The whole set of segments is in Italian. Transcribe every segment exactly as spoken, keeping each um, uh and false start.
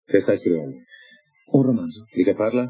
Che stai scrivendo? Un romanzo. Di che parla?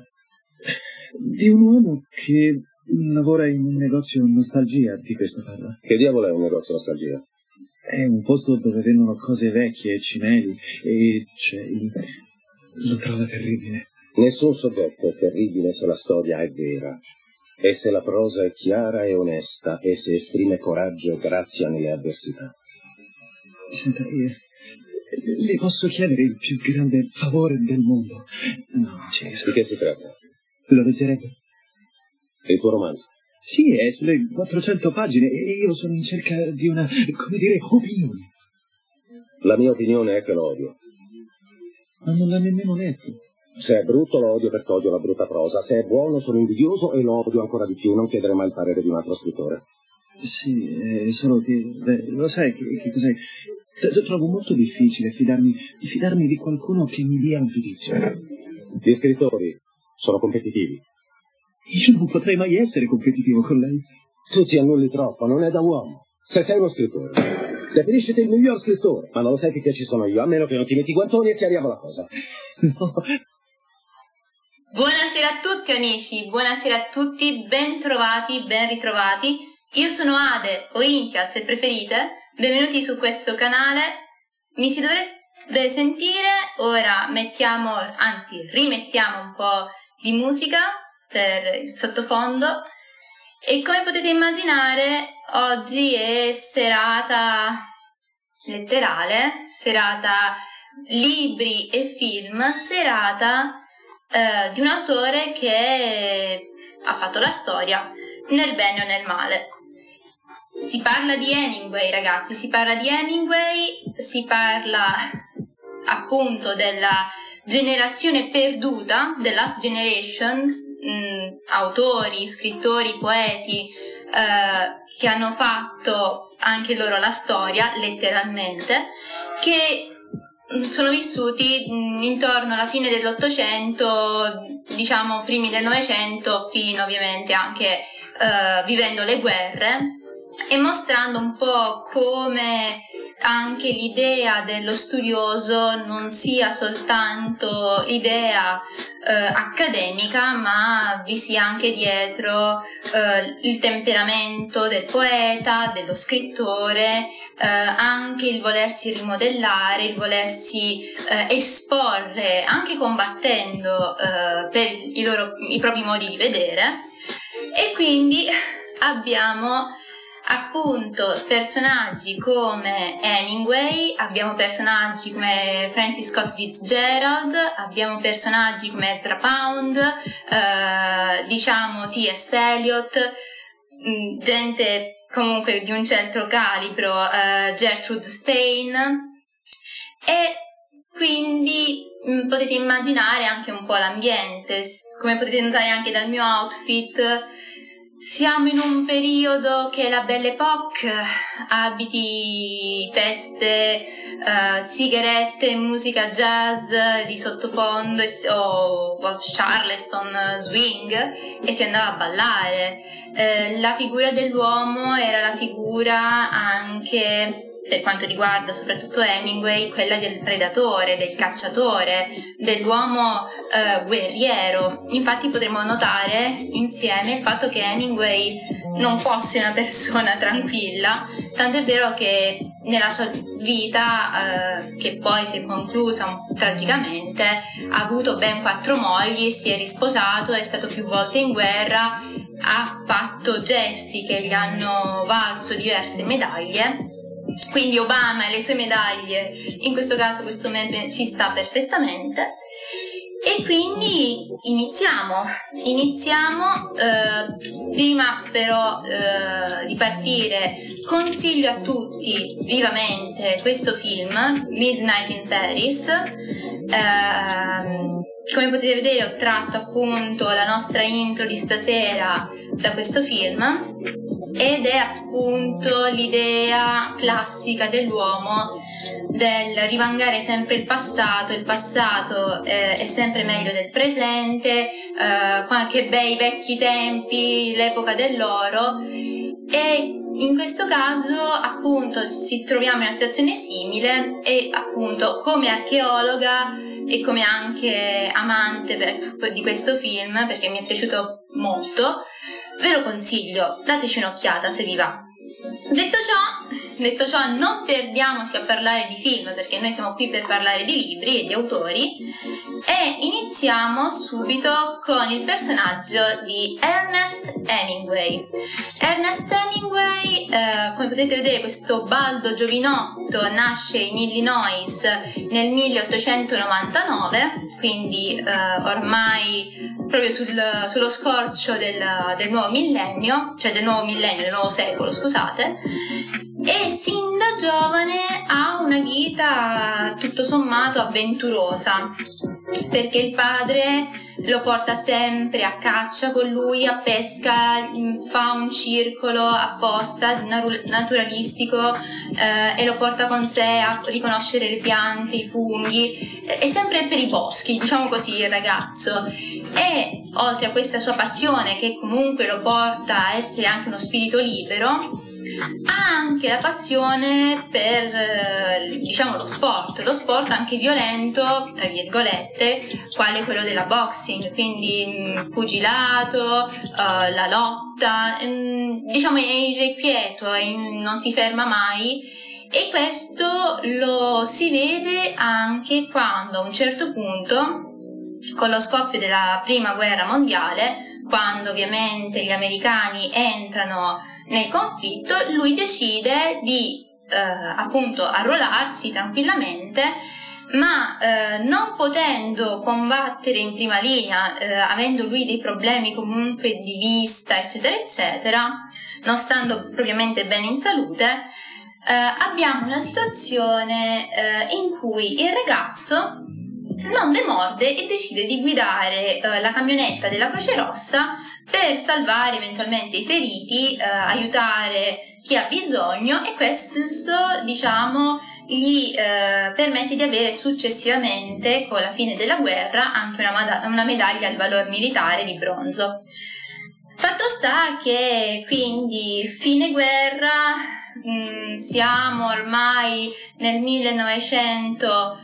Di un uomo che lavora in un negozio nostalgia, di questo parla. Che diavolo è un negozio nostalgia? È un posto dove vendono cose vecchie, cimeli, e c'è il... lo trova terribile. Nessun soggetto è terribile se la storia è vera, e se la prosa è chiara e onesta, e se esprime coraggio e grazia nelle avversità. Senta, io... le posso chiedere il più grande favore del mondo? No, non ci riesco. Di che si tratta? Lo leggerebbe? Il tuo romanzo? Sì, è sulle quattrocento pagine e io sono in cerca di una, come dire, opinione. La mia opinione è che lo odio. Ma non l'ha nemmeno letto. Se è brutto lo odio perché odio la brutta prosa, se è buono sono invidioso e lo odio ancora di più. Non chiedere mai il parere di un altro scrittore. Sì, è solo che, beh, lo sai che, che cos'è? T- trovo molto difficile fidarmi, fidarmi di qualcuno che mi dia un giudizio. Gli scrittori sono competitivi. Io non potrei mai essere competitivo con lei. Tu ti annulli troppo, non è da uomo. Se sei uno scrittore, definisciti il miglior scrittore, ma non lo sai finché ci sono io, a meno che non ti metti i guantoni e chiariamo la cosa. No. Buonasera a tutti amici, buonasera a tutti, ben trovati, ben ritrovati. Io sono Ade, o Intia se preferite, benvenuti su questo canale. Mi si dovrebbe sentire, ora mettiamo, anzi rimettiamo un po' di musica per il sottofondo e come potete immaginare oggi è serata letterale, serata libri e film, serata eh, di un autore che ha fatto la storia nel bene o nel male. Si parla di Hemingway, ragazzi, si parla di Hemingway, si parla appunto della generazione perduta, The Last Generation, mh, autori, scrittori, poeti eh, che hanno fatto anche loro la storia, letteralmente, che sono vissuti intorno alla fine dell'Ottocento, diciamo primi del Novecento, fino ovviamente anche eh, vivendo le guerre e mostrando un po' come anche l'idea dello studioso non sia soltanto idea eh, accademica, ma vi sia anche dietro eh, il temperamento del poeta, dello scrittore, eh, anche il volersi rimodellare, il volersi eh, esporre, anche combattendo eh, per i loro i propri modi di vedere. E quindi abbiamo appunto personaggi come Hemingway, abbiamo personaggi come Francis Scott Fitzgerald, abbiamo personaggi come Ezra Pound, eh, diciamo T S Eliot, mh, gente comunque di un certo calibro, eh, Gertrude Stein, e quindi mh, potete immaginare anche un po' l'ambiente, come potete notare anche dal mio outfit. Siamo in un periodo che è la Belle Époque, abiti, feste, uh, sigarette, musica jazz di sottofondo e, o, o Charleston swing e si andava a ballare. Eh, la figura dell'uomo era la figura anche, per quanto riguarda soprattutto Hemingway, quella del predatore, del cacciatore, dell'uomo eh, guerriero. Infatti potremmo notare insieme il fatto che Hemingway non fosse una persona tranquilla, tant'è vero che nella sua vita, eh, che poi si è conclusa un, tragicamente, ha avuto ben quattro mogli, si è risposato, è stato più volte in guerra, ha fatto gesti che gli hanno valso diverse medaglie. Quindi Obama e le sue medaglie, in questo caso questo meme ci sta perfettamente. E quindi iniziamo, iniziamo, eh, prima però eh, di partire consiglio a tutti vivamente questo film, Midnight in Paris. Eh, come potete vedere ho tratto appunto la nostra intro di stasera da questo film ed è appunto l'idea classica dell'uomo del rivangare sempre il passato, il passato eh, è sempre meglio del presente, eh, che bei vecchi tempi, l'epoca dell'oro, E in questo caso appunto ci troviamo in una situazione simile e appunto come archeologa e come anche amante per, di questo film, perché mi è piaciuto molto, ve lo consiglio, dateci un'occhiata se vi va. Detto ciò, detto ciò, non perdiamoci a parlare di film, perché noi siamo qui per parlare di libri e di autori, e iniziamo subito con il personaggio di Ernest Hemingway. Ernest Hemingway, eh, come potete vedere, questo baldo giovinotto nasce in Illinois nel milleottocentonovantanove, quindi eh, ormai proprio sul, sullo scorcio del, del nuovo millennio, cioè del nuovo millennio, del nuovo secolo, scusate, e sin da giovane ha una vita tutto sommato avventurosa, perché il padre lo porta sempre a caccia con lui, a pesca, fa un circolo apposta naturalistico eh, e lo porta con sé a riconoscere le piante, i funghi, è sempre per i boschi, diciamo così, il ragazzo. E oltre a questa sua passione, che comunque lo porta a essere anche uno spirito libero, ha anche la passione per, diciamo, lo sport, lo sport anche violento, tra virgolette, quale quello della boxing, quindi mh, pugilato, uh, la lotta, mh, diciamo è irrequieto, è, non si ferma mai, e questo lo si vede anche quando a un certo punto, con lo scoppio della prima guerra mondiale, quando ovviamente gli americani entrano nel conflitto, lui decide di eh, appunto arruolarsi tranquillamente, ma eh, non potendo combattere in prima linea, eh, avendo lui dei problemi comunque di vista, eccetera eccetera, non stando propriamente bene in salute, eh, abbiamo una situazione eh, in cui il ragazzo non demorde e decide di guidare eh, la camionetta della Croce Rossa per salvare eventualmente i feriti, eh, aiutare chi ha bisogno, e questo, diciamo, gli eh, permette di avere successivamente, con la fine della guerra, anche una, mad- una medaglia al valor militare di bronzo. Fatto sta che quindi fine guerra, mh, siamo ormai nel millenovecentodiciotto,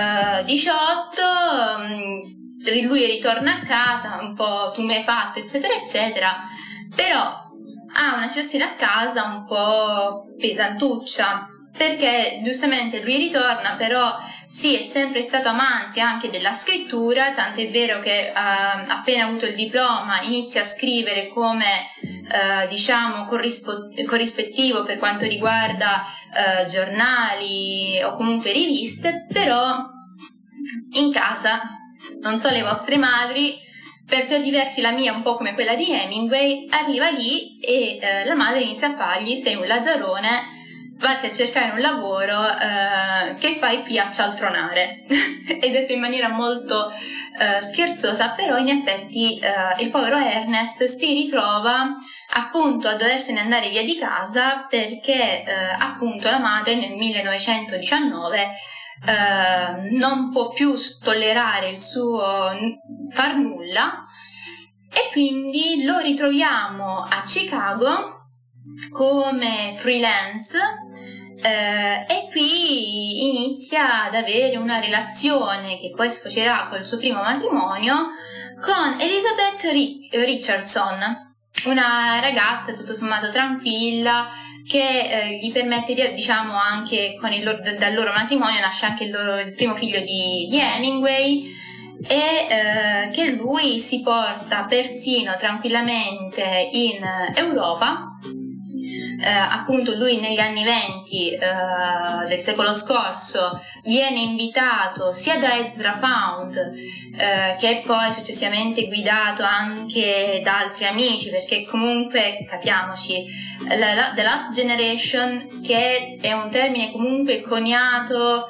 mh, lui ritorna a casa un po' tu mi hai fatto eccetera eccetera, però ha una situazione a casa un po' pesantuccia, perché giustamente lui ritorna, però sì, è sempre stato amante anche della scrittura, tant'è vero che eh, appena avuto il diploma inizia a scrivere come eh, diciamo corrispo- corrispettivo per quanto riguarda eh, giornali o comunque riviste, però in casa, non so le vostre madri, per certi versi la mia un po' come quella di Hemingway, arriva lì e eh, la madre inizia a fargli: sei un lazzarone, vatti a cercare un lavoro, eh, che fai qui a cialtronare. È detto in maniera molto eh, scherzosa, però in effetti eh, il povero Ernest si ritrova appunto a doversene andare via di casa perché eh, appunto la madre nel millenovecentodiciannove Uh, non può più tollerare il suo far nulla, e quindi lo ritroviamo a Chicago come freelance, uh, e qui inizia ad avere una relazione che poi sfocerà col suo primo matrimonio con Elizabeth Richardson, una ragazza tutto sommato tranquilla, che eh, gli permette di, diciamo, anche con il loro, dal loro matrimonio nasce anche il, loro, il primo figlio di, di Hemingway, e eh, che lui si porta persino tranquillamente in Europa. Eh, appunto lui negli anni venti eh, del secolo scorso viene invitato sia da Ezra Pound, eh, che poi successivamente guidato anche da altri amici, perché comunque capiamoci, la, la, The Last Generation, che è un termine comunque coniato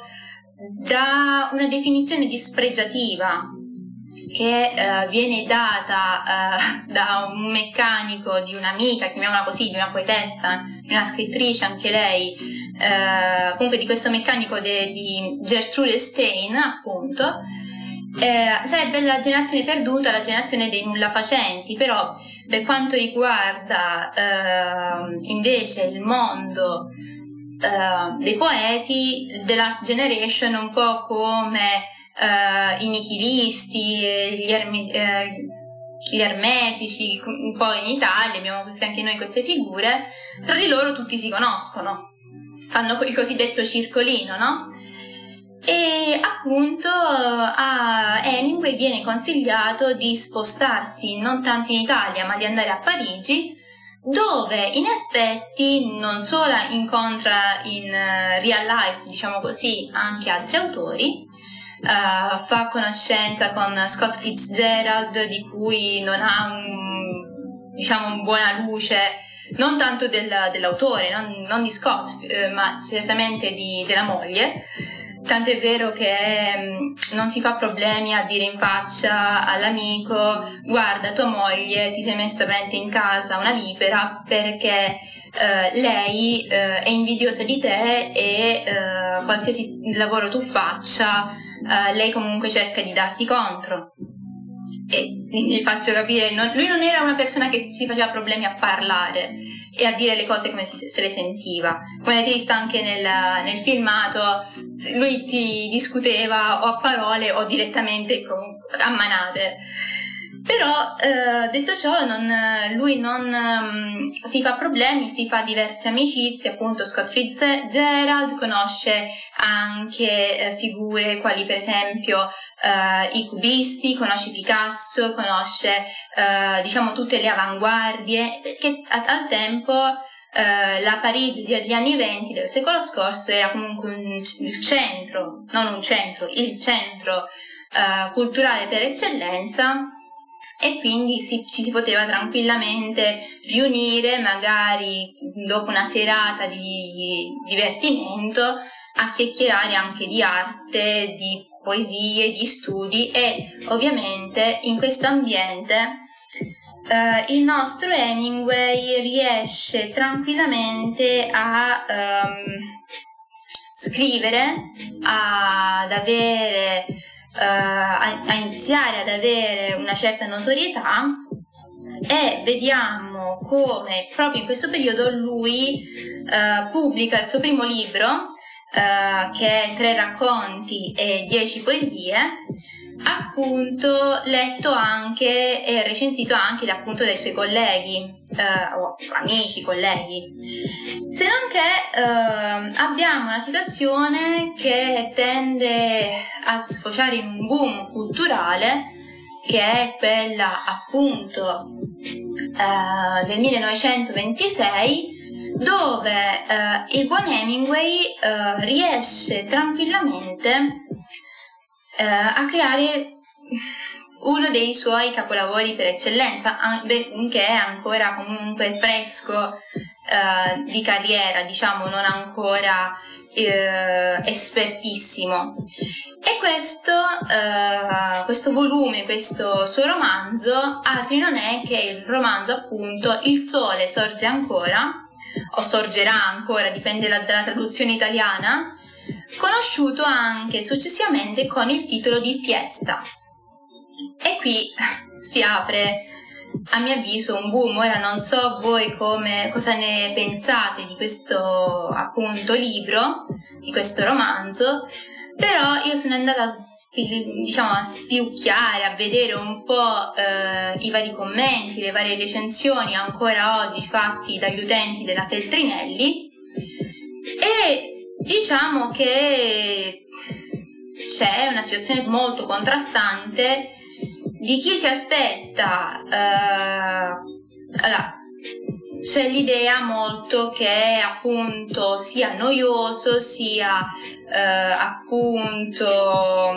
da una definizione dispregiativa che uh, viene data uh, da un meccanico di un'amica, chiamiamola così, di una poetessa, di una scrittrice anche lei, uh, comunque di questo meccanico de, di Gertrude Stein, appunto, eh, sarebbe la generazione perduta, la generazione dei nulla facenti. Però per quanto riguarda eh, invece il mondo eh, dei poeti, The Last Generation è un po' come eh, i nichilisti, gli, ermi, eh, gli ermetici, un po' in Italia abbiamo queste, anche noi queste figure. Tra di loro tutti si conoscono, fanno il cosiddetto circolino, no? E appunto a Hemingway viene consigliato di spostarsi non tanto in Italia ma di andare a Parigi, dove in effetti non solo incontra in real life, diciamo così, anche altri autori, uh, fa conoscenza con Scott Fitzgerald, di cui non ha un, diciamo, una buona luce, non tanto del, dell'autore, non, non di Scott, eh, ma certamente di, della moglie. Tant'è vero che mh, non si fa problemi a dire in faccia all'amico: guarda, tua moglie ti sei messa veramente in casa una vipera perché eh, lei eh, è invidiosa di te e eh, qualsiasi lavoro tu faccia eh, lei comunque cerca di darti contro. E quindi faccio capire, non, lui non era una persona che si faceva problemi a parlare e a dire le cose come si, se le sentiva. Come avete visto anche nel, nel filmato, lui ti discuteva o a parole o direttamente con, a manate. Però eh, detto ciò, non, lui non um, si fa problemi, si fa diverse amicizie. Appunto Scott Fitzgerald conosce anche eh, figure quali per esempio eh, i cubisti, conosce Picasso, conosce eh, diciamo tutte le avanguardie, perché a, al tempo eh, la Parigi degli anni venti del secolo scorso era comunque un, il centro, non un centro, il centro eh, culturale per eccellenza. E quindi si, ci si poteva tranquillamente riunire, magari dopo una serata di divertimento, a chiacchierare anche di arte, di poesie, di studi. E ovviamente in questo ambiente eh, il nostro Hemingway riesce tranquillamente a um, scrivere, ad avere Uh, a, a iniziare ad avere una certa notorietà, e vediamo come proprio in questo periodo lui uh, pubblica il suo primo libro, uh, che è tre racconti e dieci poesie, appunto letto anche e recensito anche da, appunto dai suoi colleghi, uh, o amici, colleghi. Se non che uh, abbiamo una situazione che tende a sfociare in un boom culturale, che è quella appunto uh, del millenovecentoventisei, dove uh, il buon Hemingway uh, riesce tranquillamente uh, a creare uno dei suoi capolavori per eccellenza, che è ancora comunque fresco Uh, di carriera, diciamo, non ancora uh, espertissimo. E questo, uh, questo volume, questo suo romanzo, altri non è che il romanzo appunto Il sole sorge ancora, o sorgerà ancora, dipende la, dalla traduzione italiana, conosciuto anche successivamente con il titolo di Fiesta. E qui si apre, a mio avviso, un boom. Ora non so voi come, cosa ne pensate di questo appunto libro, di questo romanzo, però io sono andata a, diciamo, a spiucchiare, a vedere un po' eh, i vari commenti, le varie recensioni ancora oggi fatti dagli utenti della Feltrinelli, e diciamo che c'è una situazione molto contrastante di chi si aspetta. Uh, allora, c'è l'idea molto che appunto sia noioso, sia uh, appunto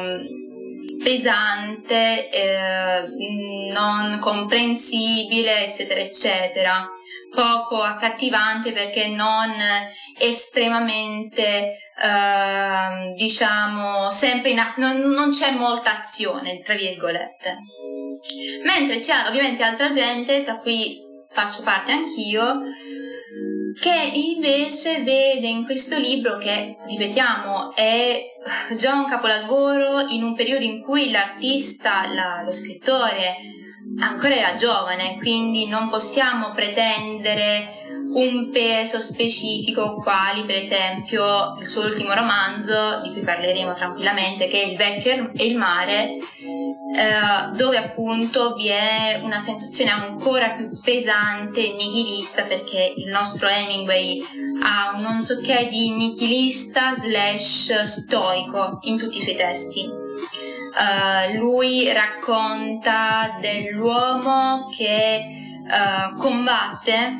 pesante, uh, non comprensibile, eccetera eccetera, poco accattivante perché non estremamente uh, diciamo sempre in a- non, non c'è molta azione, tra virgolette, mentre c'è ovviamente altra gente, tra cui faccio parte anch'io, che invece vede in questo libro, che ripetiamo è già un capolavoro in un periodo in cui l'artista, la, lo scrittore ancora era giovane, quindi non possiamo pretendere un peso specifico, quali per esempio il suo ultimo romanzo, di cui parleremo tranquillamente, che è Il vecchio e il mare, eh, dove appunto vi è una sensazione ancora più pesante e nichilista, perché il nostro Hemingway ha un non so che di nichilista slash stoico in tutti i suoi testi. Uh, lui racconta dell'uomo che uh, combatte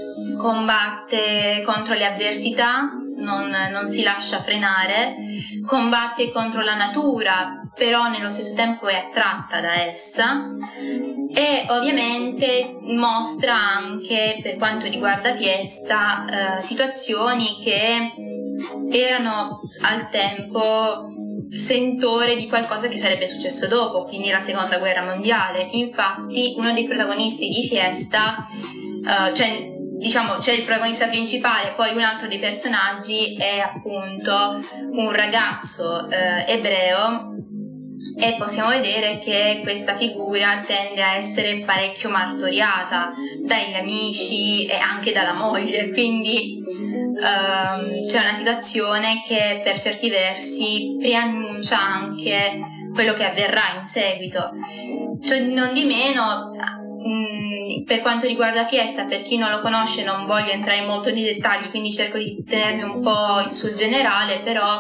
combatte contro le avversità, non, non si lascia frenare, combatte contro la natura, però nello stesso tempo è attratta da essa, e ovviamente mostra anche, per quanto riguarda Fiesta, eh, situazioni che erano al tempo sentore di qualcosa che sarebbe successo dopo, quindi la seconda guerra mondiale. Infatti uno dei protagonisti di Fiesta, eh, cioè diciamo c'è il protagonista principale, poi un altro dei personaggi è appunto un ragazzo eh, ebreo, e possiamo vedere che questa figura tende a essere parecchio martoriata dagli amici e anche dalla moglie, quindi ehm, c'è una situazione che per certi versi preannuncia anche quello che avverrà in seguito. Cioè, non di meno, mh, per quanto riguarda Fiesta, per chi non lo conosce non voglio entrare molto nei dettagli, quindi cerco di tenermi un po' sul generale, però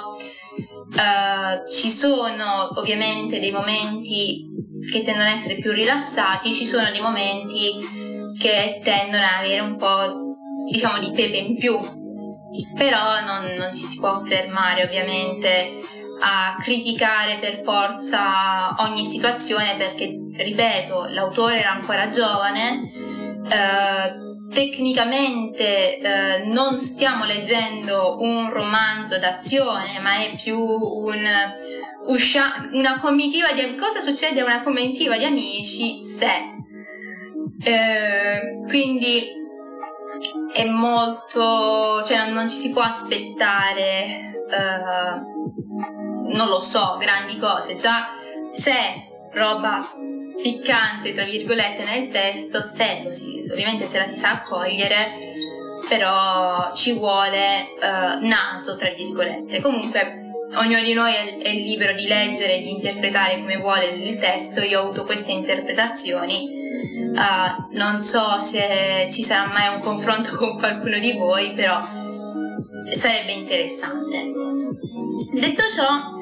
Uh, ci sono ovviamente dei momenti che tendono ad essere più rilassati, ci sono dei momenti che tendono ad avere un po', diciamo, di pepe in più, però non, non ci si può fermare ovviamente a criticare per forza ogni situazione, perché, ripeto, l'autore era ancora giovane. uh, Tecnicamente eh, non stiamo leggendo un romanzo d'azione, ma è più un, uscia, una comitiva di cosa succede a una comitiva di amici se. Eh, quindi è molto, cioè non, non ci si può aspettare, eh, non lo so, grandi cose. Già c'è roba piccante tra virgolette nel testo, se lo si, ovviamente se la si sa accogliere, però ci vuole uh, naso tra virgolette. Comunque ognuno di noi è, è libero di leggere e di interpretare come vuole il testo. Io ho avuto queste interpretazioni, uh, non so se ci sarà mai un confronto con qualcuno di voi, però sarebbe interessante. Detto ciò,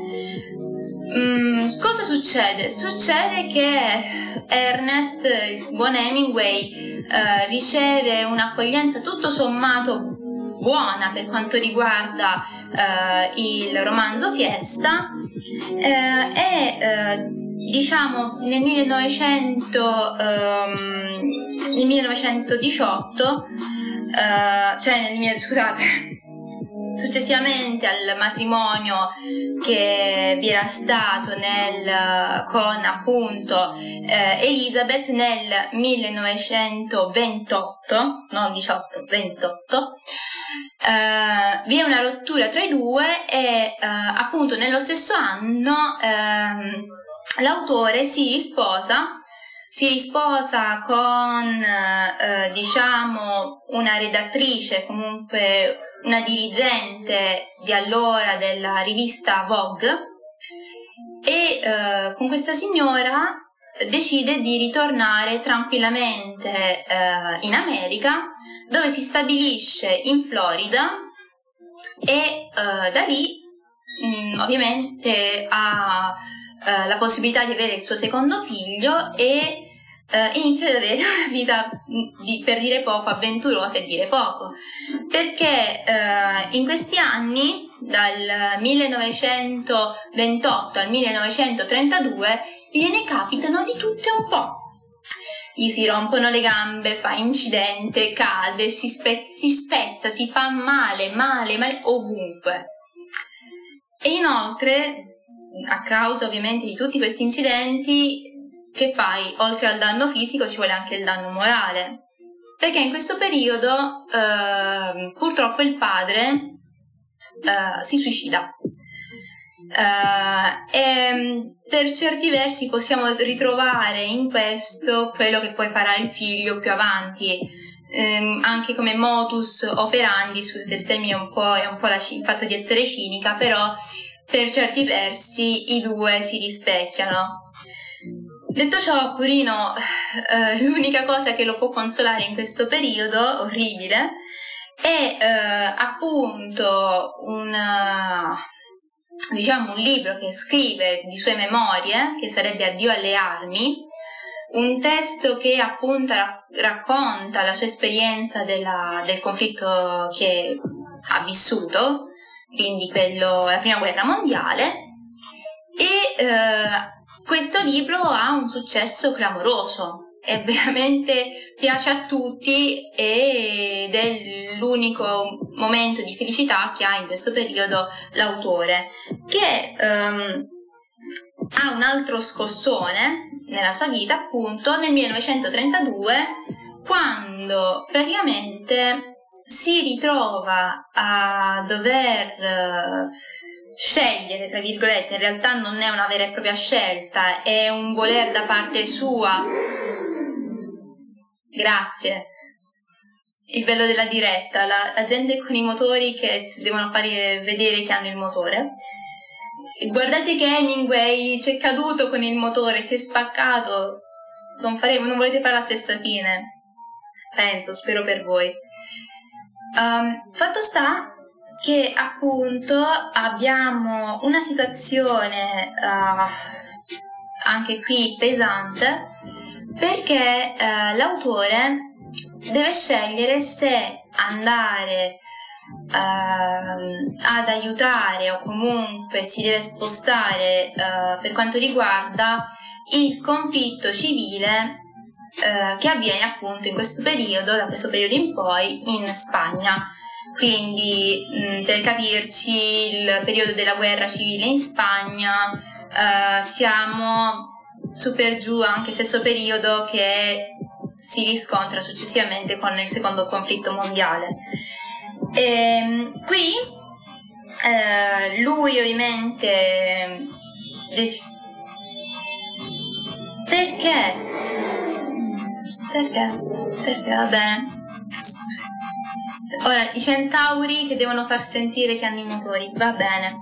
Mm, cosa succede? Succede che Ernest, il buon Hemingway, eh, riceve un'accoglienza tutto sommato buona per quanto riguarda eh, il romanzo Fiesta, eh, e eh, diciamo nel millenovecento, ehm, nel millenovecentodiciotto, eh, cioè nel, scusate successivamente al matrimonio che vi era stato nel, con appunto eh, Elizabeth nel millenovecentoventotto, non diciotto, ventotto, eh, vi è una rottura tra i due e eh, appunto nello stesso anno eh, l'autore si risposa si risposa con eh, diciamo una redattrice, comunque una dirigente di allora della rivista Vogue, e eh, con questa signora decide di ritornare tranquillamente eh, in America, dove si stabilisce in Florida, e eh, da lì mh, ovviamente ha eh, la possibilità di avere il suo secondo figlio e Uh, inizia ad avere una vita, di, per dire poco, avventurosa e dire poco, perché uh, in questi anni, dal millenovecentoventotto al millenovecentotrentadue, gliene capitano di tutte un po'. Gli si rompono le gambe, fa incidente, cade, si, spe- si spezza, si fa male, male, male ovunque. E inoltre, a causa ovviamente di tutti questi incidenti, che fai? Oltre al danno fisico ci vuole anche il danno morale, perché in questo periodo eh, purtroppo il padre eh, si suicida. Uh, e per certi versi possiamo ritrovare in questo quello che poi farà il figlio più avanti, um, anche come modus operandi. Scusate il termine, un po', è un po' la, il fatto di essere cinica, però per certi versi i due si rispecchiano. Detto ciò, Purino, uh, l'unica cosa che lo può consolare in questo periodo orribile è uh, appunto una diciamo un libro che scrive di sue memorie, che sarebbe Addio alle armi, un testo che appunto ra- racconta la sua esperienza della, del conflitto che ha vissuto, quindi quello, la prima guerra mondiale, e eh, questo libro ha un successo clamoroso. È veramente, piace a tutti ed è l'unico momento di felicità che ha in questo periodo l'autore, che um, ha un altro scossone nella sua vita, appunto nel millenovecentotrentadue, quando praticamente si ritrova a dover uh, scegliere, tra virgolette. In realtà non è una vera e propria scelta, è un voler da parte sua. Grazie. Il bello della diretta, la, la gente con i motori che devono fare vedere che hanno il motore. Guardate che Hemingway c'è caduto con il motore, si è spaccato. Non, fare, non volete fare la stessa fine? Penso, spero per voi. Um, fatto sta che appunto abbiamo una situazione uh, anche qui pesante, perché uh, l'autore deve scegliere se andare uh, ad aiutare o comunque si deve spostare uh, per quanto riguarda il conflitto civile uh, che avviene appunto in questo periodo, da questo periodo in poi, in Spagna. Quindi mh, per capirci, il periodo della guerra civile in Spagna, uh, siamo su per giù anche stesso periodo che si riscontra successivamente con il secondo conflitto mondiale. E, qui eh, lui ovviamente dec- perché? Perché? Perché va bene. Ora, i centauri che devono far sentire che hanno i motori, va bene.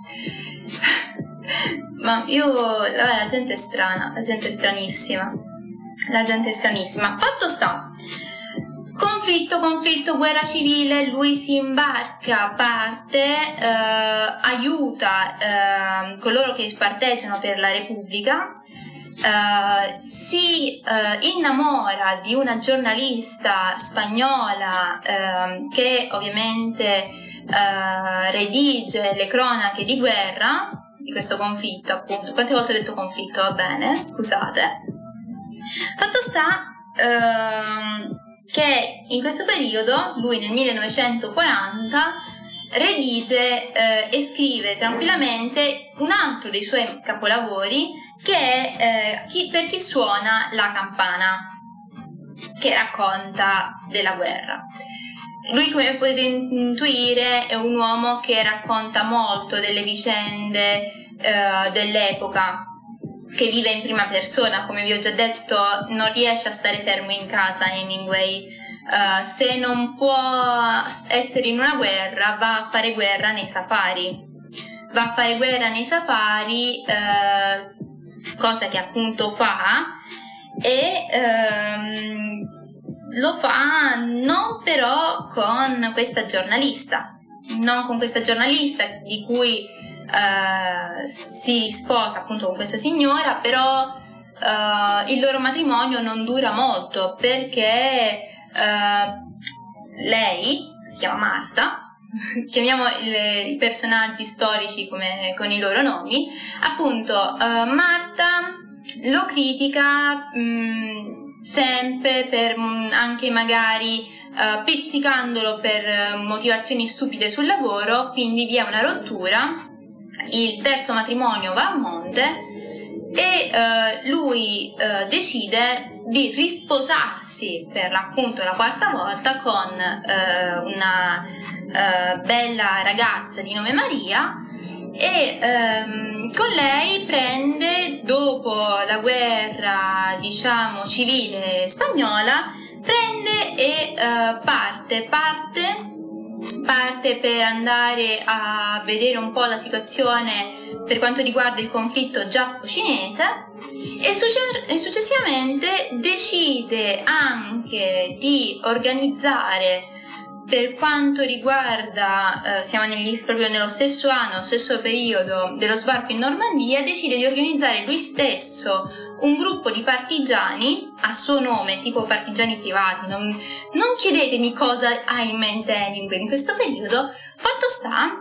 Ma io, la, la gente è strana, la gente è stranissima, la gente è stranissima. Fatto sta, conflitto, conflitto, guerra civile, lui si imbarca, parte, eh, aiuta eh, coloro che parteggiano per la Repubblica, eh, si eh, innamora di una giornalista spagnola eh, che ovviamente eh, redige le cronache di guerra di questo conflitto, appunto. Quante volte ho detto conflitto? Va bene, scusate. Fatto sta ehm, che in questo periodo lui nel millenovecentoquaranta redige eh, e scrive tranquillamente un altro dei suoi capolavori, che è eh, chi, Per chi suona la campana, che racconta della guerra. Lui, come potete intuire, è un uomo che racconta molto delle vicende eh, dell'epoca, che vive in prima persona. Come vi ho già detto, non riesce a stare fermo in casa Hemingway. Uh, se non può essere in una guerra, va a fare guerra nei safari. Va a fare guerra nei safari, uh, cosa che appunto fa, e um, lo fa non però con questa giornalista, non con questa giornalista di cui uh, si sposa appunto con questa signora, però uh, il loro matrimonio non dura molto, perché uh, lei si chiama Marta, chiamiamo il, i personaggi storici come, con i loro nomi, appunto uh, Marta lo critica mh, sempre per anche magari uh, pizzicandolo per uh, motivazioni stupide sul lavoro, quindi vi è una rottura, il terzo matrimonio va a monte e uh, lui uh, decide di risposarsi per l'appunto la quarta volta con uh, una uh, bella ragazza di nome Maria, e um, con lei prende, dopo la guerra diciamo civile spagnola, prende e uh, parte parte parte per andare a vedere un po' la situazione per quanto riguarda il conflitto giappo-cinese, e, succe- e successivamente decide anche di organizzare, per quanto riguarda, eh, siamo negli, proprio nello stesso anno, stesso periodo dello sbarco in Normandia, decide di organizzare lui stesso un gruppo di partigiani a suo nome, tipo partigiani privati. Non, non chiedetemi cosa ha in mente Hemingway in questo periodo. Fatto sta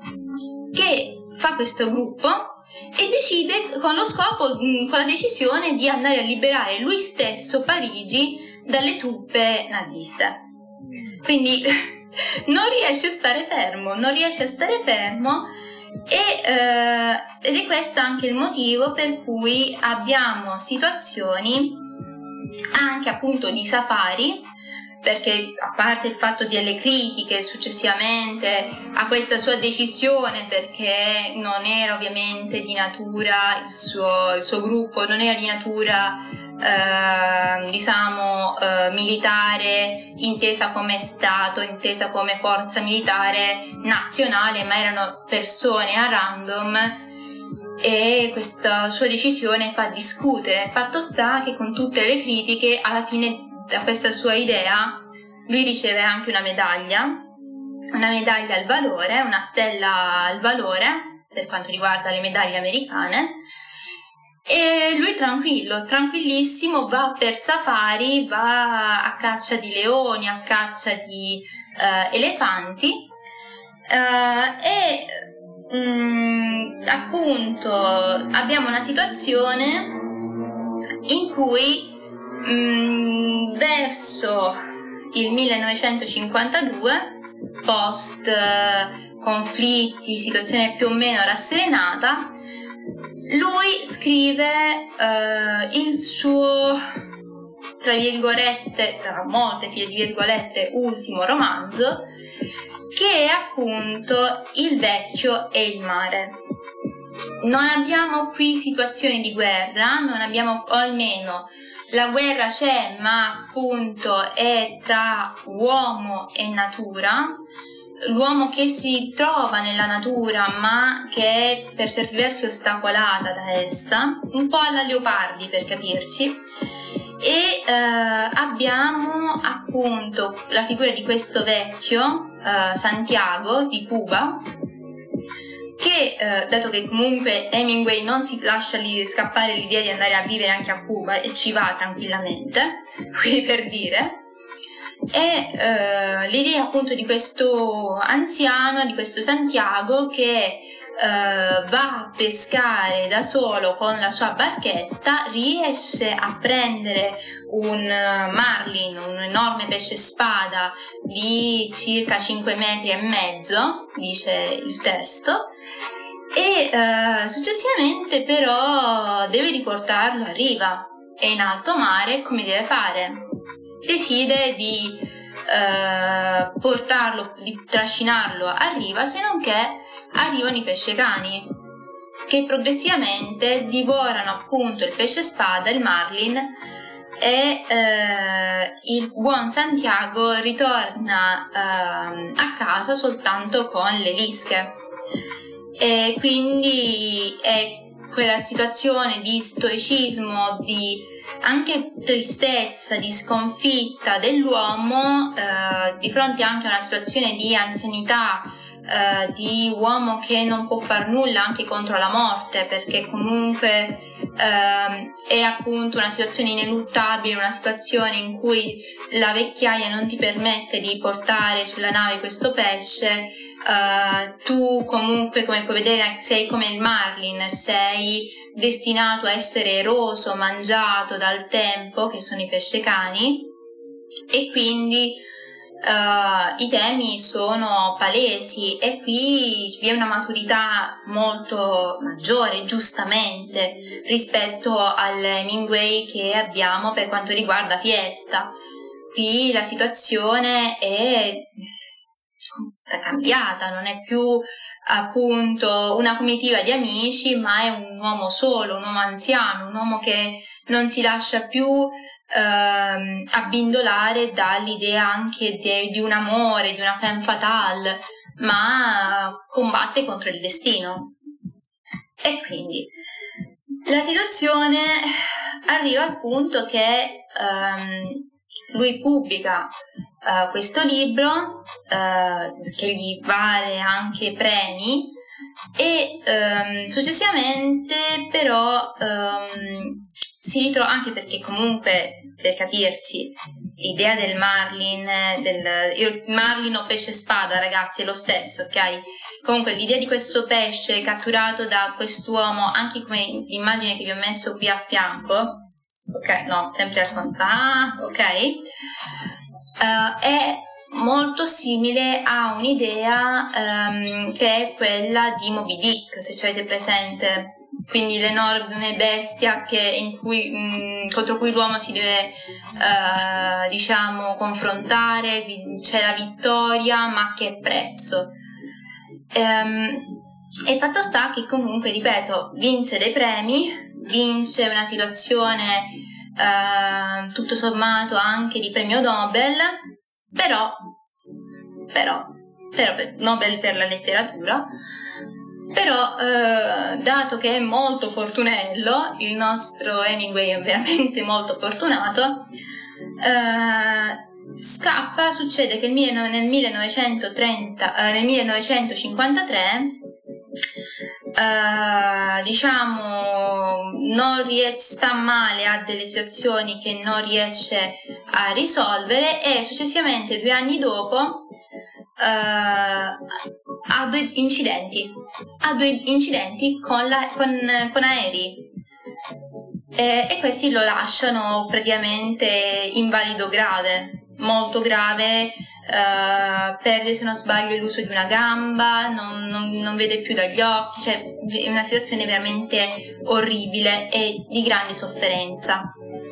che fa questo gruppo e decide con lo scopo, con la decisione di andare a liberare lui stesso Parigi dalle truppe naziste. Quindi non riesce a stare fermo, non riesce a stare fermo e, eh, ed è questo anche il motivo per cui abbiamo situazioni anche appunto di safari, perché a parte il fatto delle critiche successivamente a questa sua decisione, perché non era ovviamente di natura il suo, il suo gruppo, non era di natura eh, diciamo eh, militare intesa come Stato, intesa come forza militare nazionale, ma erano persone a random, e questa sua decisione fa discutere. Fatto sta che con tutte le critiche, alla fine da questa sua idea lui riceve anche una medaglia, una medaglia al valore, una stella al valore per quanto riguarda le medaglie americane, e lui tranquillo, tranquillissimo, va per safari, va a caccia di leoni, a caccia di uh, elefanti uh, e um, appunto abbiamo una situazione in cui Mm, verso il millenovecentocinquantadue, post eh, conflitti, situazione più o meno rasserenata, lui scrive eh, il suo, tra virgolette, tra molte file di virgolette, ultimo romanzo, che è appunto Il vecchio e il mare. Non abbiamo qui situazioni di guerra, non abbiamo, o almeno la guerra c'è, ma appunto è tra uomo e natura, l'uomo che si trova nella natura ma che è per certi versi ostacolata da essa, un po' alla Leopardi per capirci, e eh, abbiamo appunto la figura di questo vecchio, eh, Santiago di Cuba, che, eh, dato che comunque Hemingway non si lascia lì scappare l'idea di andare a vivere anche a Cuba e ci va tranquillamente, quindi per dire, è eh, l'idea appunto di questo anziano, di questo Santiago che eh, va a pescare da solo con la sua barchetta, riesce a prendere un marlin, un enorme pesce spada di circa cinque metri e mezzo, dice il testo, e eh, successivamente però deve riportarlo a riva, e in alto mare come deve fare? Decide di eh, portarlo, di trascinarlo a riva, se non che arrivano i pescecani che progressivamente divorano appunto il pesce spada, il marlin, e eh, il buon Santiago ritorna eh, a casa soltanto con le lische. E quindi è quella situazione di stoicismo, di anche tristezza, di sconfitta dell'uomo eh, di fronte anche a una situazione di anzianità, eh, di uomo che non può far nulla anche contro la morte, perché comunque eh, è appunto una situazione ineluttabile, una situazione in cui la vecchiaia non ti permette di portare sulla nave questo pesce. Uh, tu comunque, come puoi vedere, sei come il marlin, sei destinato a essere eroso, mangiato dal tempo, che sono i pescecani, e quindi uh, i temi sono palesi e qui vi è una maturità molto maggiore, giustamente, rispetto all'Hemingway che abbiamo per quanto riguarda Fiesta. Qui la situazione è cambiata, non è più appunto una comitiva di amici, ma è un uomo solo, un uomo anziano, un uomo che non si lascia più ehm, abbindolare dall'idea anche de, di un amore, di una femme fatale, ma combatte contro il destino. E quindi la situazione arriva al punto che ehm, lui pubblica uh, questo libro uh, che gli vale anche premi e um, successivamente però um, si ritrova, anche perché comunque, per capirci, l'idea del marlin, del il marlin o pesce spada, ragazzi, è lo stesso, ok? Comunque l'idea di questo pesce catturato da quest'uomo, anche come l'immagine che vi ho messo qui a fianco, ok, no, sempre al contrario, ah, ok, uh, è molto simile a un'idea um, che è quella di Moby Dick, se ci avete presente, quindi l'enorme bestia che, in cui, mh, contro cui l'uomo si deve uh, diciamo confrontare, c'è la vittoria, ma a che prezzo? Um, e fatto sta che comunque, ripeto, vince dei premi, vince una situazione eh, tutto sommato anche di premio Nobel, però, però, però Nobel per la letteratura, però eh, dato che è molto fortunello, il nostro Hemingway è veramente molto fortunato, eh, scappa, succede che nel millenovecentotrenta, eh, nel millenovecentocinquantatré Uh, diciamo non riesce, sta male, ha delle situazioni che non riesce a risolvere e successivamente due anni dopo uh, ha due incidenti ha due incidenti con, la, con, con aerei e, e questi lo lasciano praticamente invalido grave, molto grave. Uh, perde, se non sbaglio, l'uso di una gamba, non, non, non vede più dagli occhi, cioè è una situazione veramente orribile e di grande sofferenza.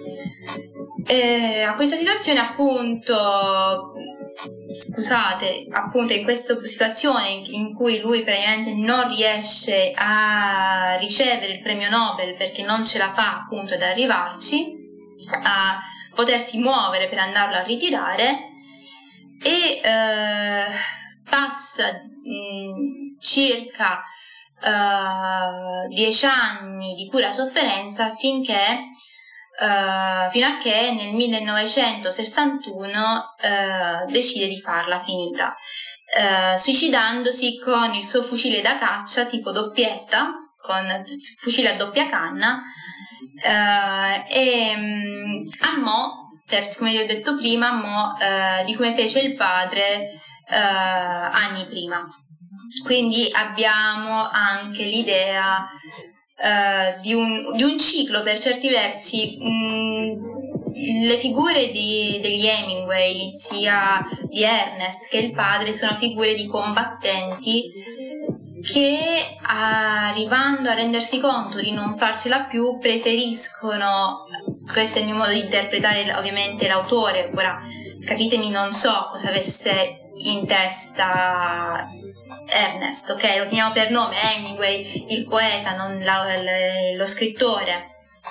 E a questa situazione appunto scusate appunto in questa situazione in cui lui praticamente non riesce a ricevere il premio Nobel perché non ce la fa appunto ad arrivarci, a potersi muovere per andarlo a ritirare, e eh, passa mh, circa uh, dieci anni di pura sofferenza finché uh, fino a che nel millenovecentosessantuno uh, decide di farla finita, uh, suicidandosi con il suo fucile da caccia tipo doppietta, con fucile a doppia canna, uh, e um, a mo' Per, come vi ho detto prima, mo, eh, di come fece il padre eh, anni prima. Quindi abbiamo anche l'idea eh, di, un, di un ciclo, per certi versi. Mh, le figure di, degli Hemingway, sia di Ernest che il padre, sono figure di combattenti che, arrivando a rendersi conto di non farcela più, preferiscono, questo è il mio modo di interpretare ovviamente l'autore, ora capitemi, non so cosa avesse in testa Ernest, ok, lo chiamiamo per nome, Hemingway, il poeta, non la, la, lo scrittore,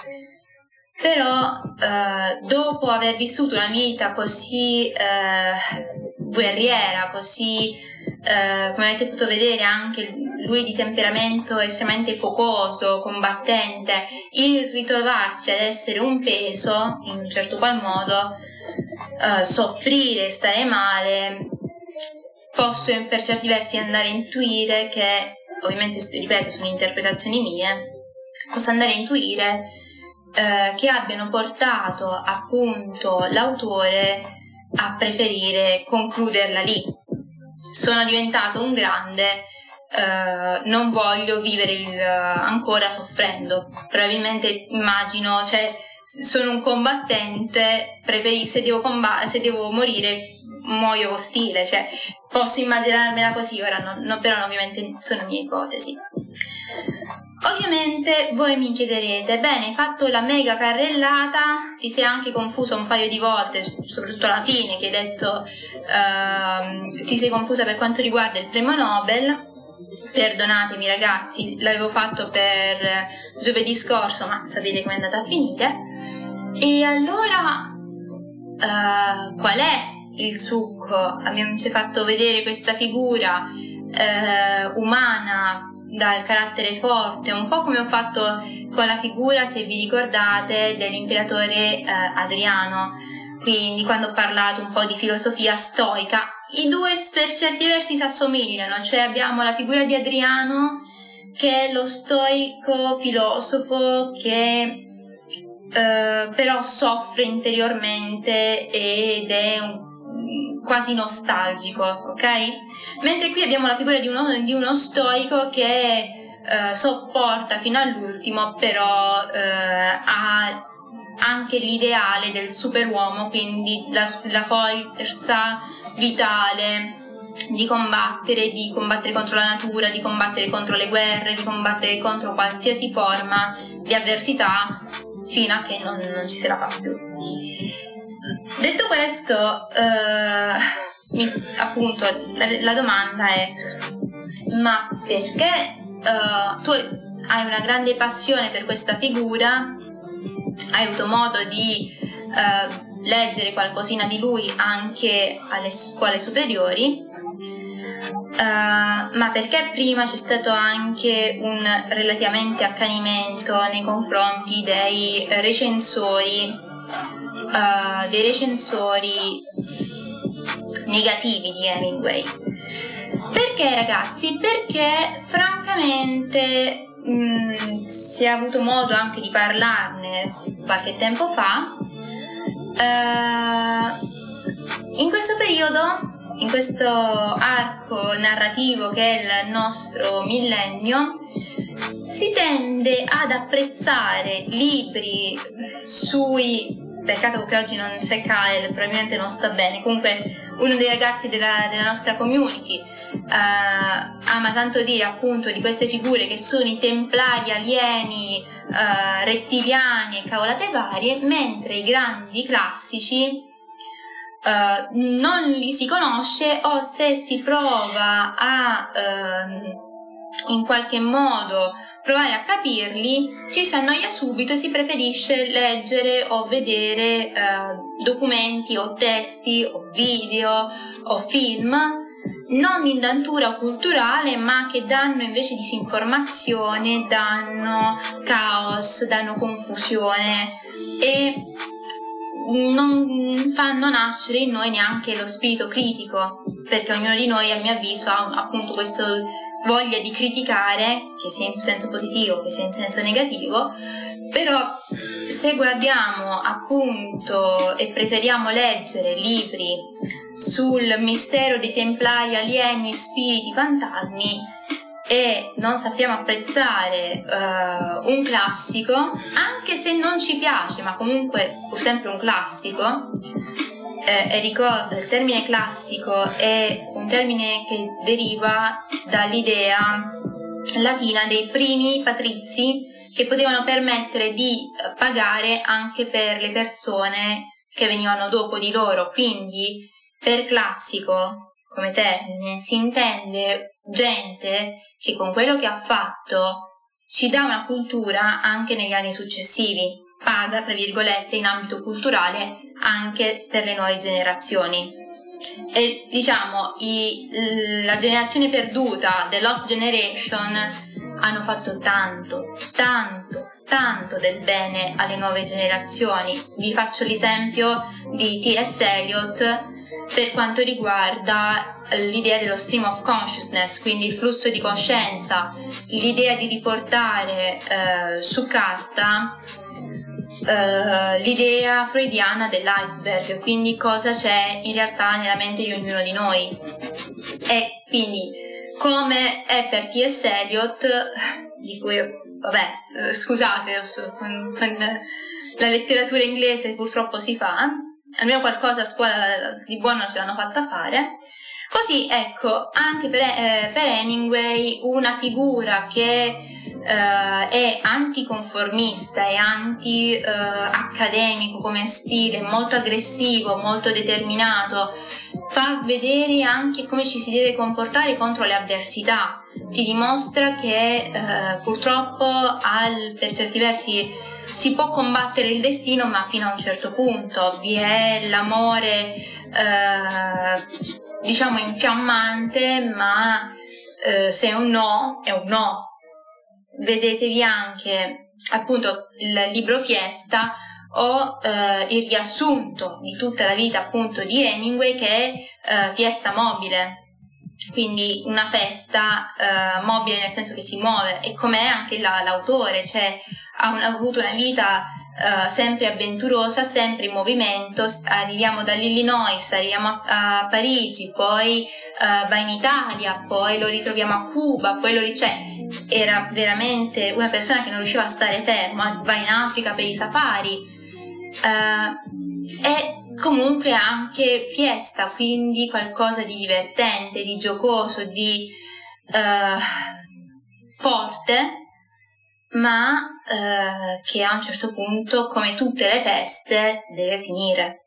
però eh, dopo aver vissuto una vita così eh, guerriera, così Uh, come avete potuto vedere anche lui di temperamento estremamente focoso, combattente, il ritrovarsi ad essere un peso in un certo qual modo, uh, soffrire, stare male, posso per certi versi andare a intuire che, ovviamente ripeto sono interpretazioni mie, posso andare a intuire uh, che abbiano portato appunto l'autore a preferire concluderla lì. Sono diventato un grande, uh, non voglio vivere il, uh, ancora soffrendo. Probabilmente immagino, cioè sono un combattente, preferi, se, devo comb- se devo morire muoio ostile, cioè posso immaginarmela così, ora non, non, però ovviamente sono mie ipotesi. Ovviamente voi mi chiederete, bene, hai fatto la mega carrellata, ti sei anche confusa un paio di volte, soprattutto alla fine, che hai detto uh, ti sei confusa per quanto riguarda il premio Nobel. Perdonatemi ragazzi, l'avevo fatto per giovedì scorso, ma sapete come è andata a finire. E allora uh, qual è il succo? Abbiamo ci fatto vedere questa figura uh, umana dal carattere forte, un po' come ho fatto con la figura, se vi ricordate, dell'imperatore eh, Adriano, quindi quando ho parlato un po' di filosofia stoica. I due per certi versi si assomigliano, cioè abbiamo la figura di Adriano che è lo stoico filosofo che eh, però soffre interiormente ed è un quasi nostalgico, ok? Mentre qui abbiamo la figura di uno, di uno stoico che eh, sopporta fino all'ultimo, però eh, ha anche l'ideale del superuomo, quindi la, la forza vitale di combattere, di combattere contro la natura, di combattere contro le guerre, di combattere contro qualsiasi forma di avversità fino a che non, non ci se la fa più. Detto questo, eh, mi, appunto la, la domanda è: ma perché eh, tu hai una grande passione per questa figura, hai avuto modo di eh, leggere qualcosina di lui anche alle scuole superiori, eh, ma perché prima c'è stato anche un relativamente accanimento nei confronti dei recensori Uh, dei recensori negativi di Hemingway? Perché ragazzi? Perché francamente mh, si è avuto modo anche di parlarne qualche tempo fa, uh, in questo periodo, in questo arco narrativo che è il nostro millennio, si tende ad apprezzare libri sui... Peccato che oggi non c'è Kyle, probabilmente non sta bene. Comunque uno dei ragazzi della, della nostra community uh, ama tanto dire appunto di queste figure che sono i templari alieni, uh, rettiliani e cavolate varie, mentre i grandi classici uh, non li si conosce, o se si prova a uh, in qualche modo provare a capirli ci si annoia subito e si preferisce leggere o vedere eh, documenti o testi o video o film non in natura culturale, ma che danno invece disinformazione, danno caos, danno confusione e non fanno nascere in noi neanche lo spirito critico, perché ognuno di noi, a mio avviso, ha appunto questo voglia di criticare, che sia in senso positivo che sia in senso negativo. Però se guardiamo appunto e preferiamo leggere libri sul mistero dei templari alieni, spiriti, fantasmi, e non sappiamo apprezzare uh, un classico, anche se non ci piace, ma comunque pur sempre un classico, eh, e ricordo, il termine classico è un termine che deriva dall'idea latina dei primi patrizi, che potevano permettere di pagare anche per le persone che venivano dopo di loro. Quindi per classico come termine si intende gente che con quello che ha fatto ci dà una cultura anche negli anni successivi, paga tra virgolette in ambito culturale anche per le nuove generazioni. E diciamo i, la generazione perduta, the Lost Generation, hanno fatto tanto, tanto, tanto del bene alle nuove generazioni. Vi faccio l'esempio di T S Eliot per quanto riguarda l'idea dello stream of consciousness, quindi il flusso di coscienza, l'idea di riportare eh, su carta eh, l'idea freudiana dell'iceberg, quindi cosa c'è in realtà nella mente di ognuno di noi. E quindi, come è per T S Eliot, di cui, vabbè, scusate, con, con la letteratura inglese purtroppo si fa, almeno qualcosa a scuola di buono ce l'hanno fatta fare. Così, ecco, anche per, eh, per Hemingway una figura che eh, è anticonformista e anti-accademico eh, come stile, molto aggressivo, molto determinato, fa vedere anche come ci si deve comportare contro le avversità, ti dimostra che eh, purtroppo al, per certi versi si può combattere il destino, ma fino a un certo punto. Vi è l'amore eh, diciamo infiammante, ma eh, se è un no è un no. Vedetevi anche appunto il libro Fiesta o eh, il riassunto di tutta la vita appunto di Hemingway, che è eh, Fiesta mobile, quindi una festa eh, mobile nel senso che si muove, e com'è anche la, l'autore, cioè ha, un, ha avuto una vita uh, sempre avventurosa, sempre in movimento. Arriviamo dall'Illinois, arriviamo a, a Parigi, poi uh, va in Italia, poi lo ritroviamo a Cuba, poi lo cioè, era veramente una persona che non riusciva a stare ferma, va in Africa per i safari. Uh, è comunque anche Fiesta, quindi qualcosa di divertente, di giocoso, di uh, forte, ma uh, che a un certo punto, come tutte le feste, deve finire.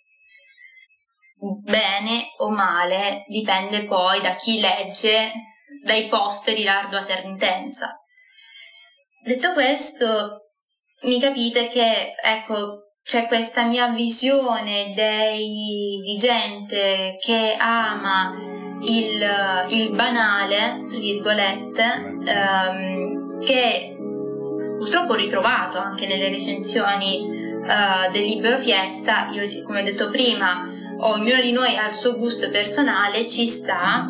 Bene o male dipende poi da chi legge dai posteri l'ardua sentenza. Detto questo, mi capite che, ecco, c'è questa mia visione dei, di gente che ama il, il banale, tra virgolette, ehm, che purtroppo ho ritrovato anche nelle recensioni eh, del libro Fiesta. Io, come ho detto prima, ognuno di noi ha il suo gusto personale, ci sta,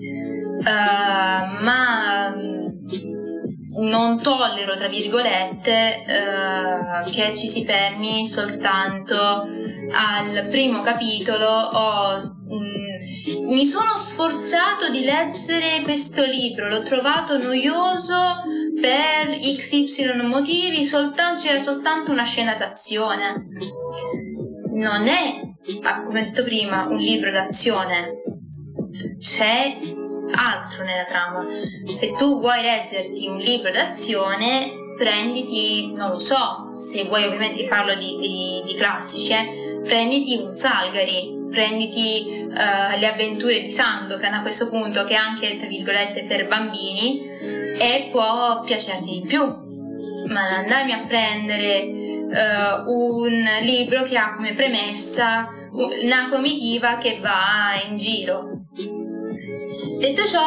eh, ma non tollero, tra virgolette, eh, che ci si fermi soltanto al primo capitolo o mh, mi sono sforzato di leggere questo libro, l'ho trovato noioso per X Y motivi, soltanto, c'era soltanto una scena d'azione. Non è, come ho detto prima, un libro d'azione, c'è altro nella trama. Se tu vuoi leggerti un libro d'azione, prenditi, non lo so, se vuoi, ovviamente parlo di, di, di classici, eh, prenditi un Salgari, prenditi uh, le avventure di Sandokan a questo punto, che è anche, tra virgolette, per bambini, e può piacerti di più. Ma non andarmi a prendere uh, un libro che ha come premessa una comitiva che va in giro. Detto ciò,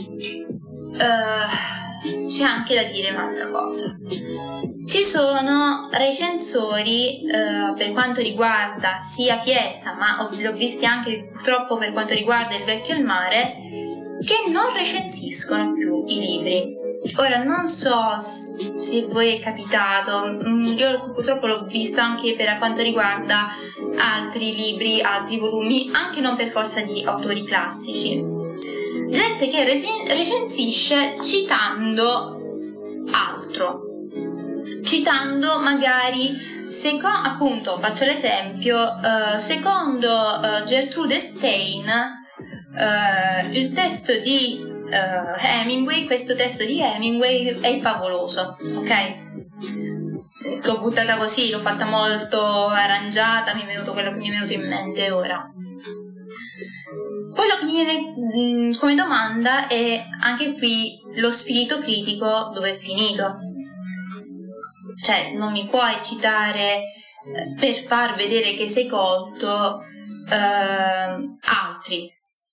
uh, c'è anche da dire un'altra cosa. Ci sono recensori uh, per quanto riguarda sia Fiesta, ma l'ho visti anche purtroppo per quanto riguarda Il vecchio e il mare, che non recensiscono più i libri. Ora non so se voi è capitato, io purtroppo l'ho visto anche per quanto riguarda altri libri, altri volumi, anche non per forza di autori classici. Gente che recensisce citando altro, citando magari, seco- appunto, faccio l'esempio, uh, secondo uh, Gertrude Stein, uh, il testo di uh, Hemingway, questo testo di Hemingway è favoloso, ok? L'ho buttata così, l'ho fatta molto arrangiata, mi è venuto quello che mi è venuto in mente ora. Quello che mi viene mh, come domanda è anche qui lo spirito critico dove è finito. Cioè, non mi puoi citare eh, per far vedere che sei colto eh, altri.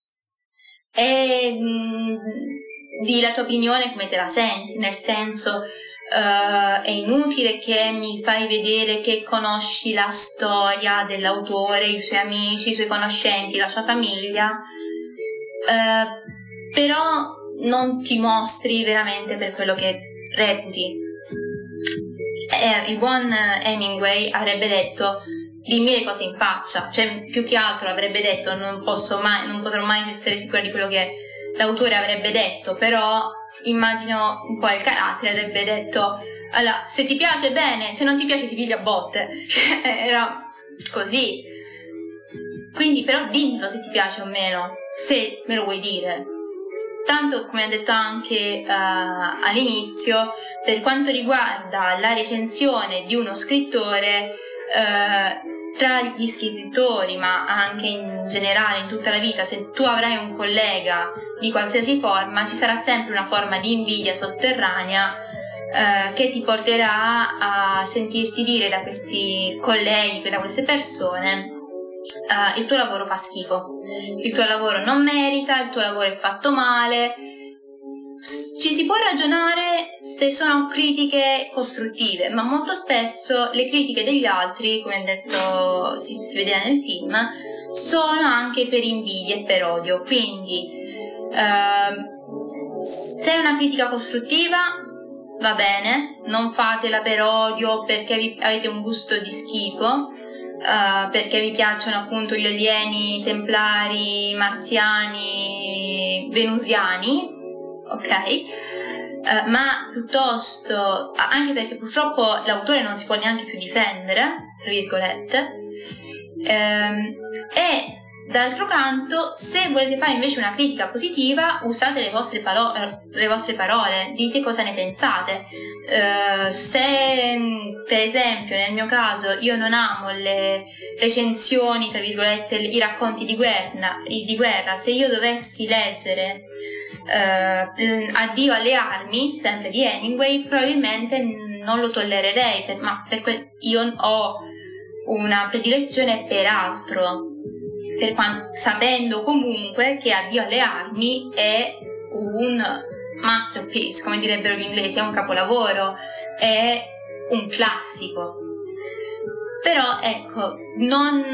E mh, di la tua opinione come te la senti, nel senso Uh, è inutile che mi fai vedere che conosci la storia dell'autore, i suoi amici, i suoi conoscenti, la sua famiglia, uh, però non ti mostri veramente per quello che reputi. Eh, il buon Hemingway avrebbe detto: dimmi le cose in faccia, cioè più che altro avrebbe detto, non posso mai, non potrò mai essere sicura di quello che l'autore avrebbe detto, però immagino un po' il carattere, avrebbe detto: allora, se ti piace bene, se non ti piace ti pigli a botte. Era così. quindi però dimmelo se ti piace o meno, se me lo vuoi dire. Tanto, come ho detto anche uh, all'inizio, per quanto riguarda la recensione di uno scrittore, uh, tra gli scrittori, ma anche in generale in tutta la vita, se tu avrai un collega di qualsiasi forma, ci sarà sempre una forma di invidia sotterranea eh, che ti porterà a sentirti dire da questi colleghi, da queste persone, eh, il tuo lavoro fa schifo, il tuo lavoro non merita, il tuo lavoro è fatto male. Ci si può ragionare se sono critiche costruttive, ma molto spesso le critiche degli altri, come detto, si, si vedeva nel film, sono anche per invidia e per odio. Quindi eh, se è una critica costruttiva va bene, non fatela per odio, perché vi, avete un gusto di schifo, eh, perché vi piacciono appunto gli alieni, templari, marziani, venusiani. Ok, uh, ma piuttosto, anche perché purtroppo l'autore non si può neanche più difendere, tra virgolette, ehm, e d'altro canto, se volete fare invece una critica positiva, usate le vostre, palo- le vostre parole, dite cosa ne pensate. Uh, se per esempio nel mio caso io non amo le recensioni, tra virgolette, i racconti di guerra, di guerra, se io dovessi leggere Uh, Addio alle armi, sempre di Hemingway, probabilmente non lo tollererei, per, ma per que- io ho una predilezione per altro, per quanto, sapendo comunque che Addio alle armi è un masterpiece, come direbbero gli inglesi, è un capolavoro, è un classico. Però ecco, non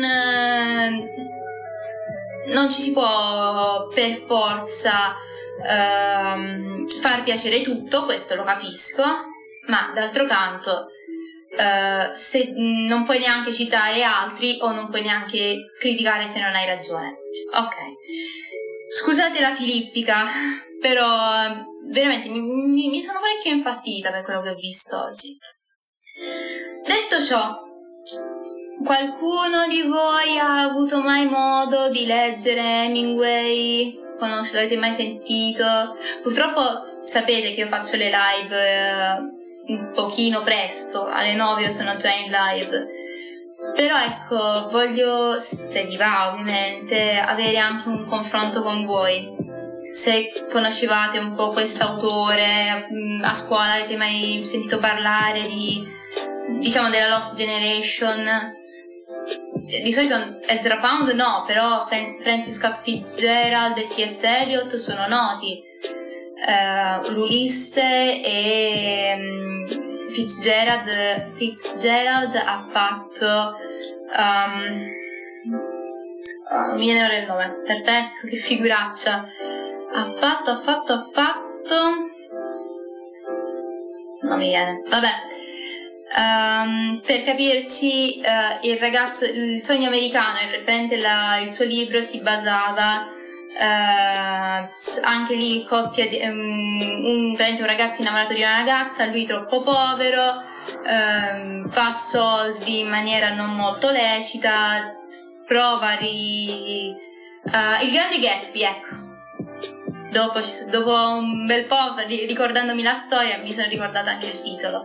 non ci si può per forza ehm, far piacere tutto, questo lo capisco, ma d'altro canto eh, se non puoi neanche citare altri o non puoi neanche criticare se non hai ragione. Ok, scusate la filippica, però veramente mi, mi, mi sono parecchio infastidita per quello che ho visto oggi. Detto ciò, qualcuno di voi ha avuto mai modo di leggere Hemingway? Conosce, l'avete mai sentito? Purtroppo sapete che io faccio le live eh, un pochino presto, alle nove io sono già in live. Però ecco, voglio, se vi va ovviamente, avere anche un confronto con voi. Se conoscevate un po' quest'autore, a scuola avete mai sentito parlare di, diciamo, della Lost Generation? Di solito Ezra Pound no, però Francis Scott Fitzgerald e T S Eliot sono noti. Uh, L'Ulisse e um, Fitzgerald, Fitzgerald ha fatto um, oh, non mi viene ora il nome, perfetto, che figuraccia ha fatto, ha fatto, ha fatto non mi viene, vabbè. Um, per capirci, uh, il ragazzo, il sogno americano, il, la, il suo libro si basava uh, anche lì coppia di, um, un, un ragazzo innamorato di una ragazza, lui troppo povero, um, fa soldi in maniera non molto lecita, prova a ri... Uh, il grande Gatsby, ecco. Dopo, dopo un bel po', ricordandomi la storia, mi sono ricordata anche il titolo.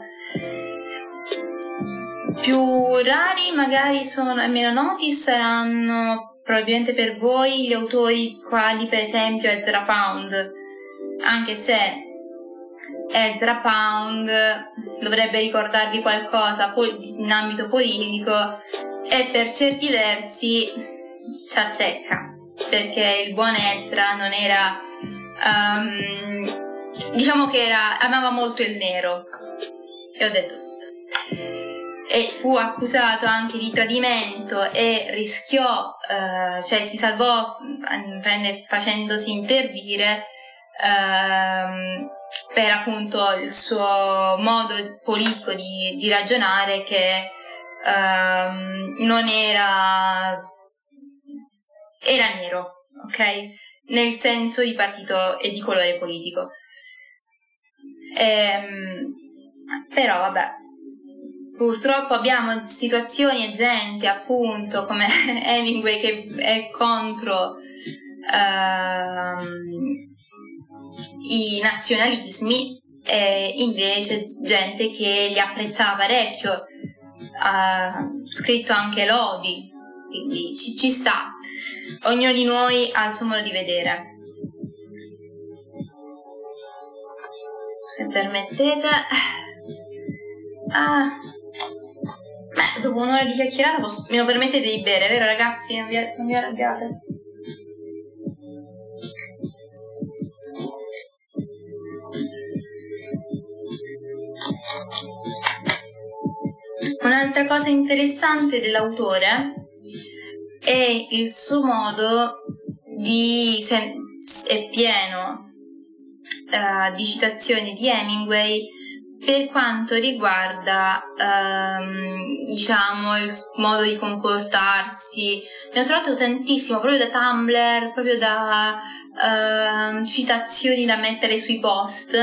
Più rari magari sono e meno noti saranno probabilmente per voi gli autori quali per esempio Ezra Pound, anche se Ezra Pound dovrebbe ricordarvi qualcosa in ambito politico e per certi versi ci azzecca, perché il buon Ezra non era um, diciamo che era amava molto il nero, e ho detto e fu accusato anche di tradimento e rischiò, eh, cioè si salvò facendosi interdire ehm, per appunto il suo modo politico di, di ragionare che ehm, non era era nero, ok? Nel senso di partito e di colore politico. Ehm, però vabbè. purtroppo abbiamo situazioni e gente appunto come Hemingway che è contro ehm, i nazionalismi, e invece gente che li apprezzava parecchio, ha scritto anche lodi, quindi ci, ci sta, ognuno di noi ha il suo modo di vedere. Se permettete, ah, beh, dopo un'ora di chiacchierata posso, me lo permettete di bere, vero ragazzi? Non vi, non vi arrabbiate? Un'altra cosa interessante dell'autore è il suo modo di, se, è pieno uh, di citazioni di Hemingway per quanto riguarda um, diciamo il modo di comportarsi. Ne ho trovato tantissimo proprio da Tumblr, proprio da uh, citazioni da mettere sui post,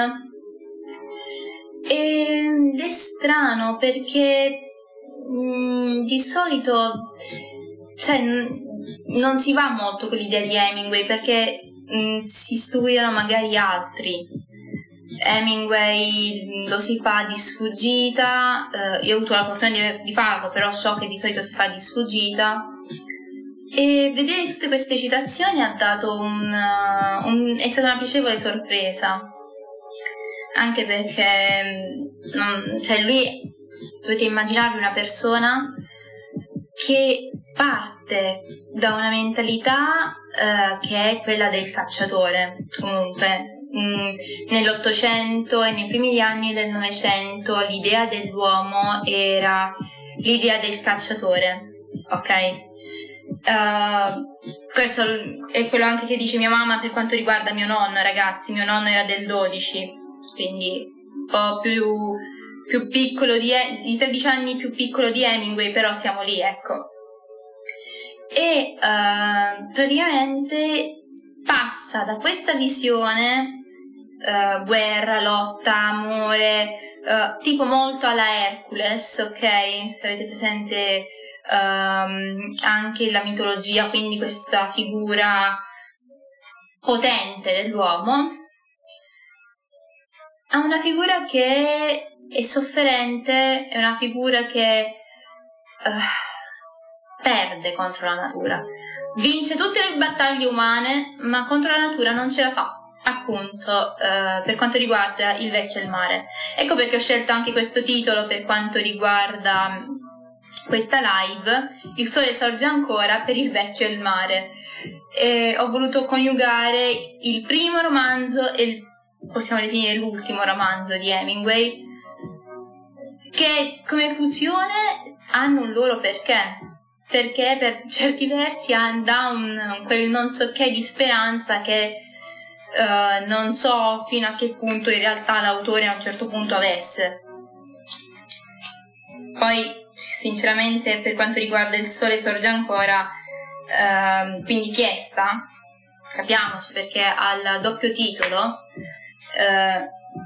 ed è strano perché mh, di solito cioè n- non si va molto con l'idea di Hemingway perché mh, si studiano magari altri. Hemingway lo si fa di sfuggita, eh, io ho avuto la fortuna di, di farlo, però so che di solito si fa di sfuggita, e vedere tutte queste citazioni ha dato un, un è stata una piacevole sorpresa, anche perché non, cioè lui, dovete immaginarvi una persona che parte da una mentalità eh, che è quella del cacciatore. Comunque mh, nell'Ottocento e nei primi anni del Novecento l'idea dell'uomo era l'idea del cacciatore, ok? Uh, questo è quello anche che dice mia mamma per quanto riguarda mio nonno, ragazzi. Mio nonno era del dodici, quindi un po' più, più piccolo di, di tredici anni più piccolo di Hemingway, però siamo lì, ecco. E uh, praticamente passa da questa visione uh, guerra, lotta, amore, uh, tipo molto alla Hercules, ok? Se avete presente um, anche la mitologia, quindi questa figura potente dell'uomo, ha una figura che è sofferente, è una figura che uh, perde contro la natura, vince tutte le battaglie umane, ma contro la natura non ce la fa, appunto, eh, per quanto riguarda Il vecchio e il mare. Ecco perché ho scelto anche questo titolo per quanto riguarda questa live, Il sole sorge ancora per Il vecchio e il mare. E ho voluto coniugare il primo romanzo e il, possiamo definire l'ultimo romanzo di Hemingway, che come fusione hanno un loro perché. Perché per certi versi dà un, quel non so che di speranza che uh, non so fino a che punto in realtà l'autore a un certo punto avesse. Poi sinceramente per quanto riguarda Il sole sorge ancora, uh, quindi Fiesta, capiamoci, perché al doppio titolo uh,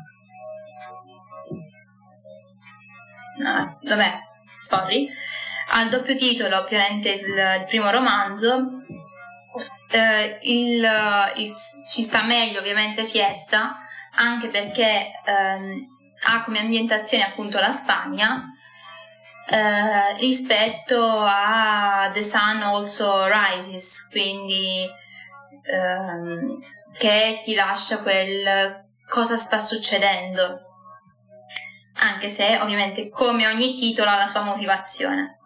no, vabbè, sorry al doppio titolo, ovviamente il, il primo romanzo, eh, il, il, ci sta meglio ovviamente Fiesta, anche perché ehm, ha come ambientazione appunto la Spagna, eh, rispetto a The Sun Also Rises, quindi ehm, che ti lascia quel cosa sta succedendo, anche se ovviamente come ogni titolo ha la sua motivazione.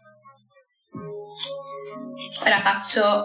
Ora faccio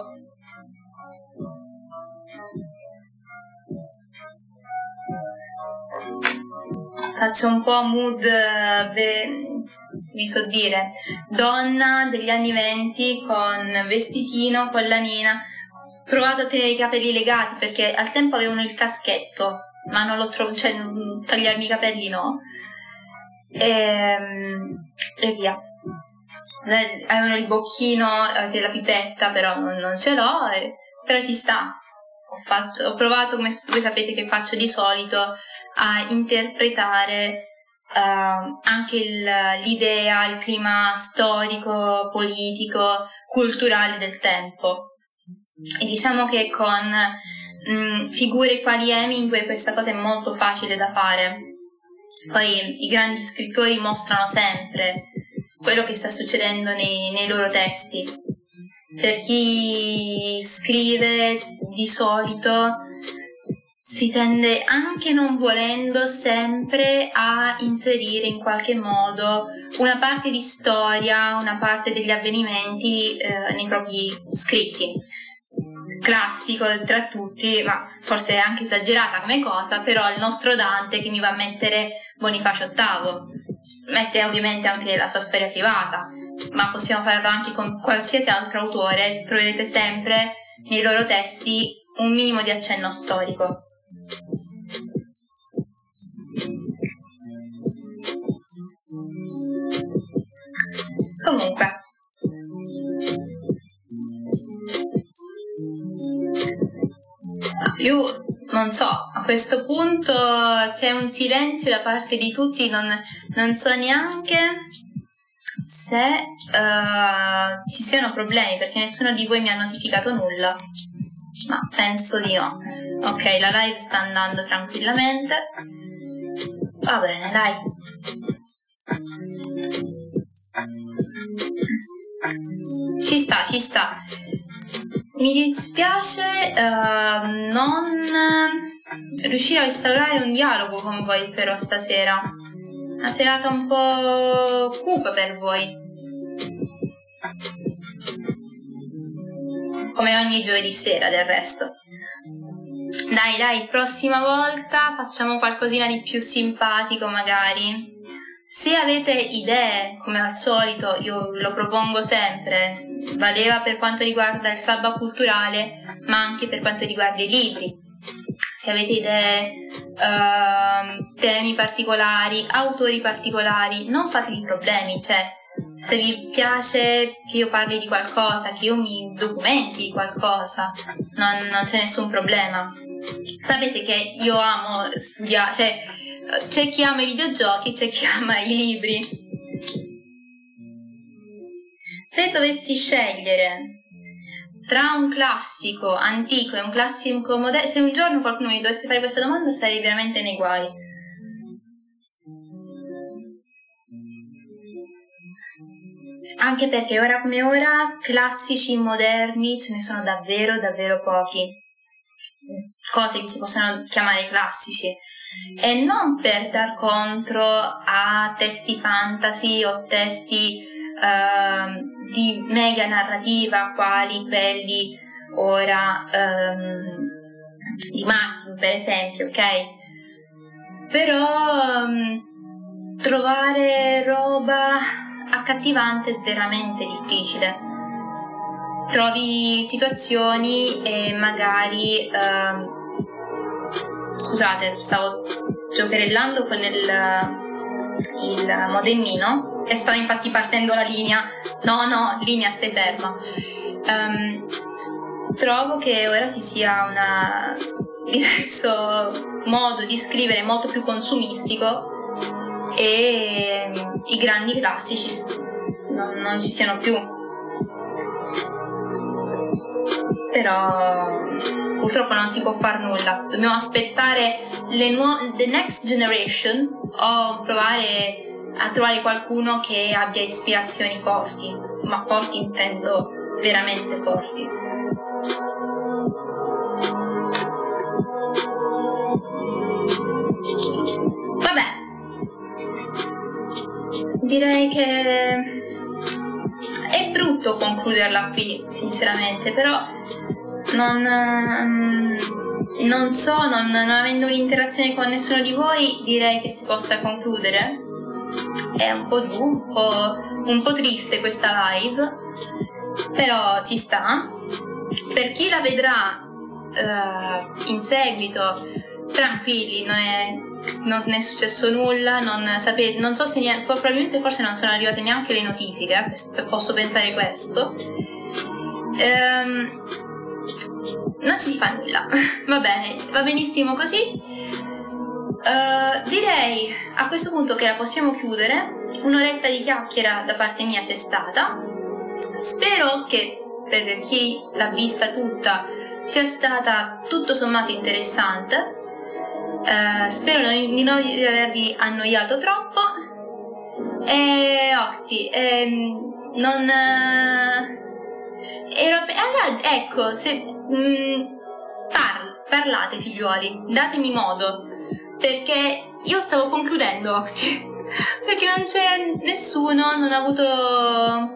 faccio un po' mood, beh, vi so dire, donna degli anni venti con vestitino, collanina. Ho provato a tenere i capelli legati perché al tempo avevano il caschetto, ma non lo trovo, cioè tagliarmi i capelli no, e, e via. Avevano il bocchino, la pipetta, però non, non ce l'ho, e, però ci sta. Ho, fatto, ho provato, come voi sapete che faccio di solito, a interpretare uh, anche il, l'idea, il clima storico, politico, culturale del tempo. E diciamo che con mh, figure quali Hemingway questa cosa è molto facile da fare. Poi i grandi scrittori mostrano sempre quello che sta succedendo nei, nei loro testi. Per chi scrive, di solito si tende, anche non volendo, sempre a inserire in qualche modo una parte di storia, una parte degli avvenimenti eh, nei propri scritti. Classico tra tutti, ma forse è anche esagerata come cosa, però il nostro Dante, che mi va a mettere Bonifacio ottavo. Mette ovviamente anche la sua storia privata, ma possiamo farlo anche con qualsiasi altro autore. Troverete sempre nei loro testi un minimo di accenno storico. Comunque, io non so, a questo punto c'è un silenzio da parte di tutti, non, non so neanche se uh, ci siano problemi, perché nessuno di voi mi ha notificato nulla, ma penso di no. Ok, la live sta andando tranquillamente, va bene, dai. Ci sta, ci sta. Mi dispiace uh, non riuscire a instaurare un dialogo con voi però stasera. Una serata un po' cupa per voi. Come ogni giovedì sera, del resto. Dai, dai, prossima volta facciamo qualcosina di più simpatico magari. Se avete idee, come al solito, io lo propongo sempre, valeva per quanto riguarda il Sabba culturale, ma anche per quanto riguarda i libri. Se avete idee, uh, temi particolari, autori particolari, non fatevi problemi, cioè, se vi piace che io parli di qualcosa, che io mi documenti di qualcosa, non, non c'è nessun problema. Sapete che io amo studiare, cioè, c'è chi ama i videogiochi, c'è chi ama i libri. Se dovessi scegliere tra un classico antico e un classico moderno, se un giorno qualcuno mi dovesse fare questa domanda, sarei veramente nei guai. Anche perché ora come ora classici moderni ce ne sono davvero davvero pochi, cose che si possono chiamare classici, e non per dar contro a testi fantasy o testi uh, di mega narrativa quali quelli ora um, di Martin per esempio, ok? Però um, trovare roba accattivante è veramente difficile. Trovi situazioni e magari uh, scusate, stavo giocherellando con il, il modemmino e stava infatti partendo la linea. No, no, linea, stai ferma. Um, trovo che ora ci sia un diverso modo di scrivere molto più consumistico e i grandi classici non, non ci siano più. Però purtroppo non si può far nulla, dobbiamo aspettare le nuove, the next generation, o provare a trovare qualcuno che abbia ispirazioni forti, ma forti intendo veramente forti. Vabbè, direi che è brutto concluderla qui, sinceramente, però non, non so, non, non avendo un'interazione con nessuno di voi, direi che si possa concludere. È un po' giù, un po', un po' triste questa live, però ci sta. Per chi la vedrà uh, in seguito, tranquilli, non è, non è successo nulla, non sapete, non so se ne, probabilmente forse non sono arrivate neanche le notifiche, eh, posso pensare questo. Um, non ci si fa nulla. Va bene, va benissimo così. Uh, direi a questo punto che la possiamo chiudere. Un'oretta di chiacchiera da parte mia c'è stata. Spero che per chi l'ha vista tutta sia stata tutto sommato interessante. Uh, spero di non avervi annoiato troppo. E Octi, ehm, non uh, ero allora, ecco, se mm, parl- parlate figliuoli, datemi modo, perché io stavo concludendo, Octi, perché non c'era nessuno, non ho avuto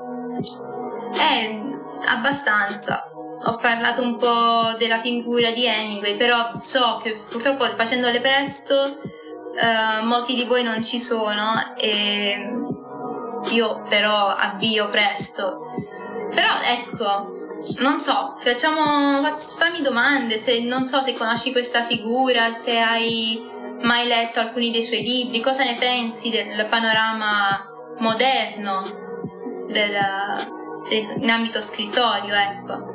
eh abbastanza. Ho parlato un po' della figura di Hemingway, però so che purtroppo facendole presto uh, molti di voi non ci sono e io però avvio presto. Però ecco, non so, facciamo fammi domande, se non so se conosci questa figura, se hai mai letto alcuni dei suoi libri, cosa ne pensi del panorama moderno del, del, in ambito scrittorio, ecco.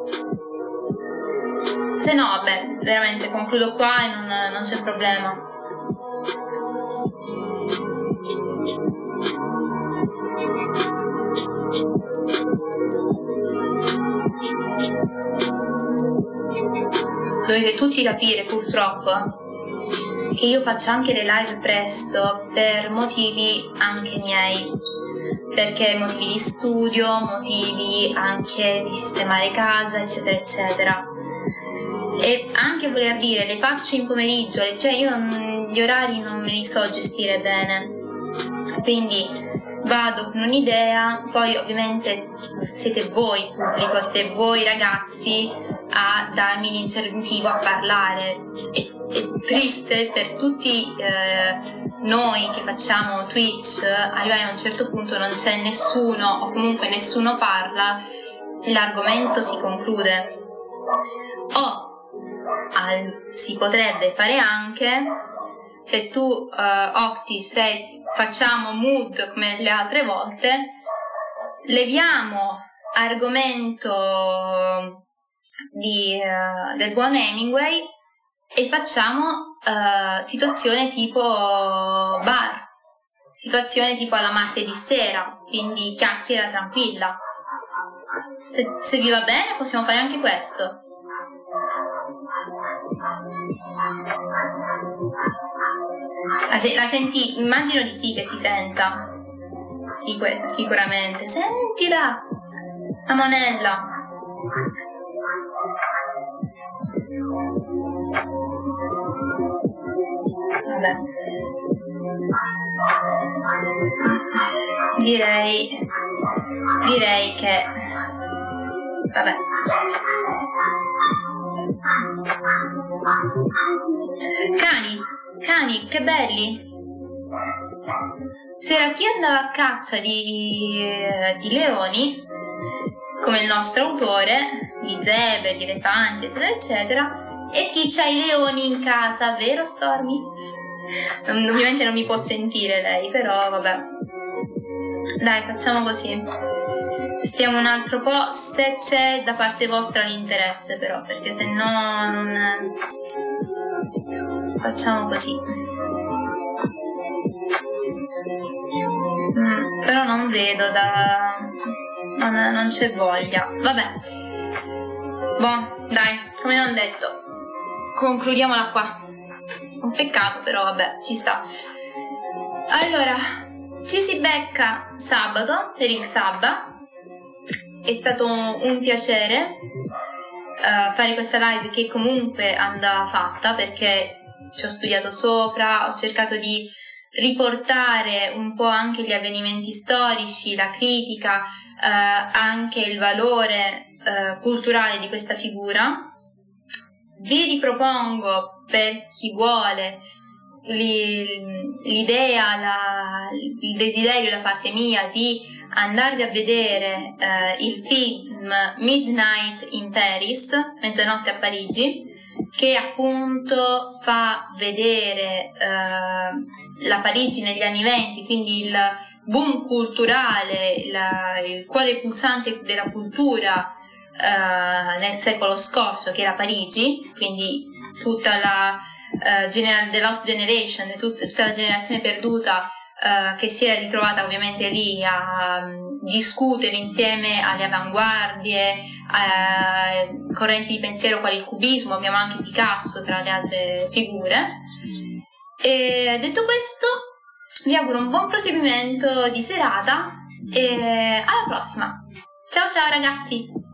Se no, vabbè, veramente concludo qua e non, non c'è problema. Dovete tutti capire, purtroppo, che io faccio anche le live presto per motivi anche miei, perché motivi di studio, motivi anche di sistemare casa, eccetera eccetera. E anche voler dire, le faccio in pomeriggio, cioè io non, gli orari non me li so gestire bene, quindi vado con un'idea, poi ovviamente siete voi pubblico, siete voi ragazzi a darmi l'incentivo a parlare. È, è triste per tutti eh, noi che facciamo Twitch, arrivare a un certo punto non c'è nessuno o comunque nessuno parla, l'argomento si conclude. O al, si potrebbe fare anche, se tu uh, Octi, se facciamo mood come le altre volte, leviamo argomento di, uh, del buon Hemingway e facciamo uh, situazione tipo bar, situazione tipo alla martedì sera, quindi chiacchiera tranquilla. Se, se vi va bene possiamo fare anche questo. La, se- la senti? Immagino di sì che si senta. Sicur- sicuramente. Sentila, la monella. Vabbè. Direi direi che vabbè. Cani, cani, che belli. C'era chi andava a caccia di, di leoni, come il nostro autore, di zebre, di elefanti, eccetera, eccetera, e chi c'ha i leoni in casa, vero Stormy? Ovviamente non mi può sentire lei, però vabbè. Dai, facciamo così. Stiamo un altro po', se c'è da parte vostra l'interesse però, perché se no non... Facciamo così. Mm, però non vedo da... Non, non c'è voglia. Vabbè. Boh, dai, come non detto, concludiamola qua. Un peccato, però vabbè, ci sta. Allora, ci si becca sabato per il Sabba. È stato un piacere uh, fare questa live che comunque andava fatta, perché ci ho studiato sopra, ho cercato di riportare un po' anche gli avvenimenti storici, la critica, uh, anche il valore uh, culturale di questa figura. Vi ripropongo, per chi vuole, l'idea, la, il desiderio da parte mia di andarvi a vedere eh, il film Midnight in Paris, Mezzanotte a Parigi, che appunto fa vedere eh, la Parigi negli anni venti, quindi il boom culturale, la, il cuore pulsante della cultura eh, nel secolo scorso, che era Parigi, quindi tutta la uh, gener- The Lost Generation, tut- tutta la generazione perduta uh, che si è ritrovata ovviamente lì a um, discutere insieme alle avanguardie, a correnti di pensiero quali il cubismo, abbiamo anche Picasso tra le altre figure. E detto questo, vi auguro un buon proseguimento di serata e alla prossima. Ciao ciao ragazzi!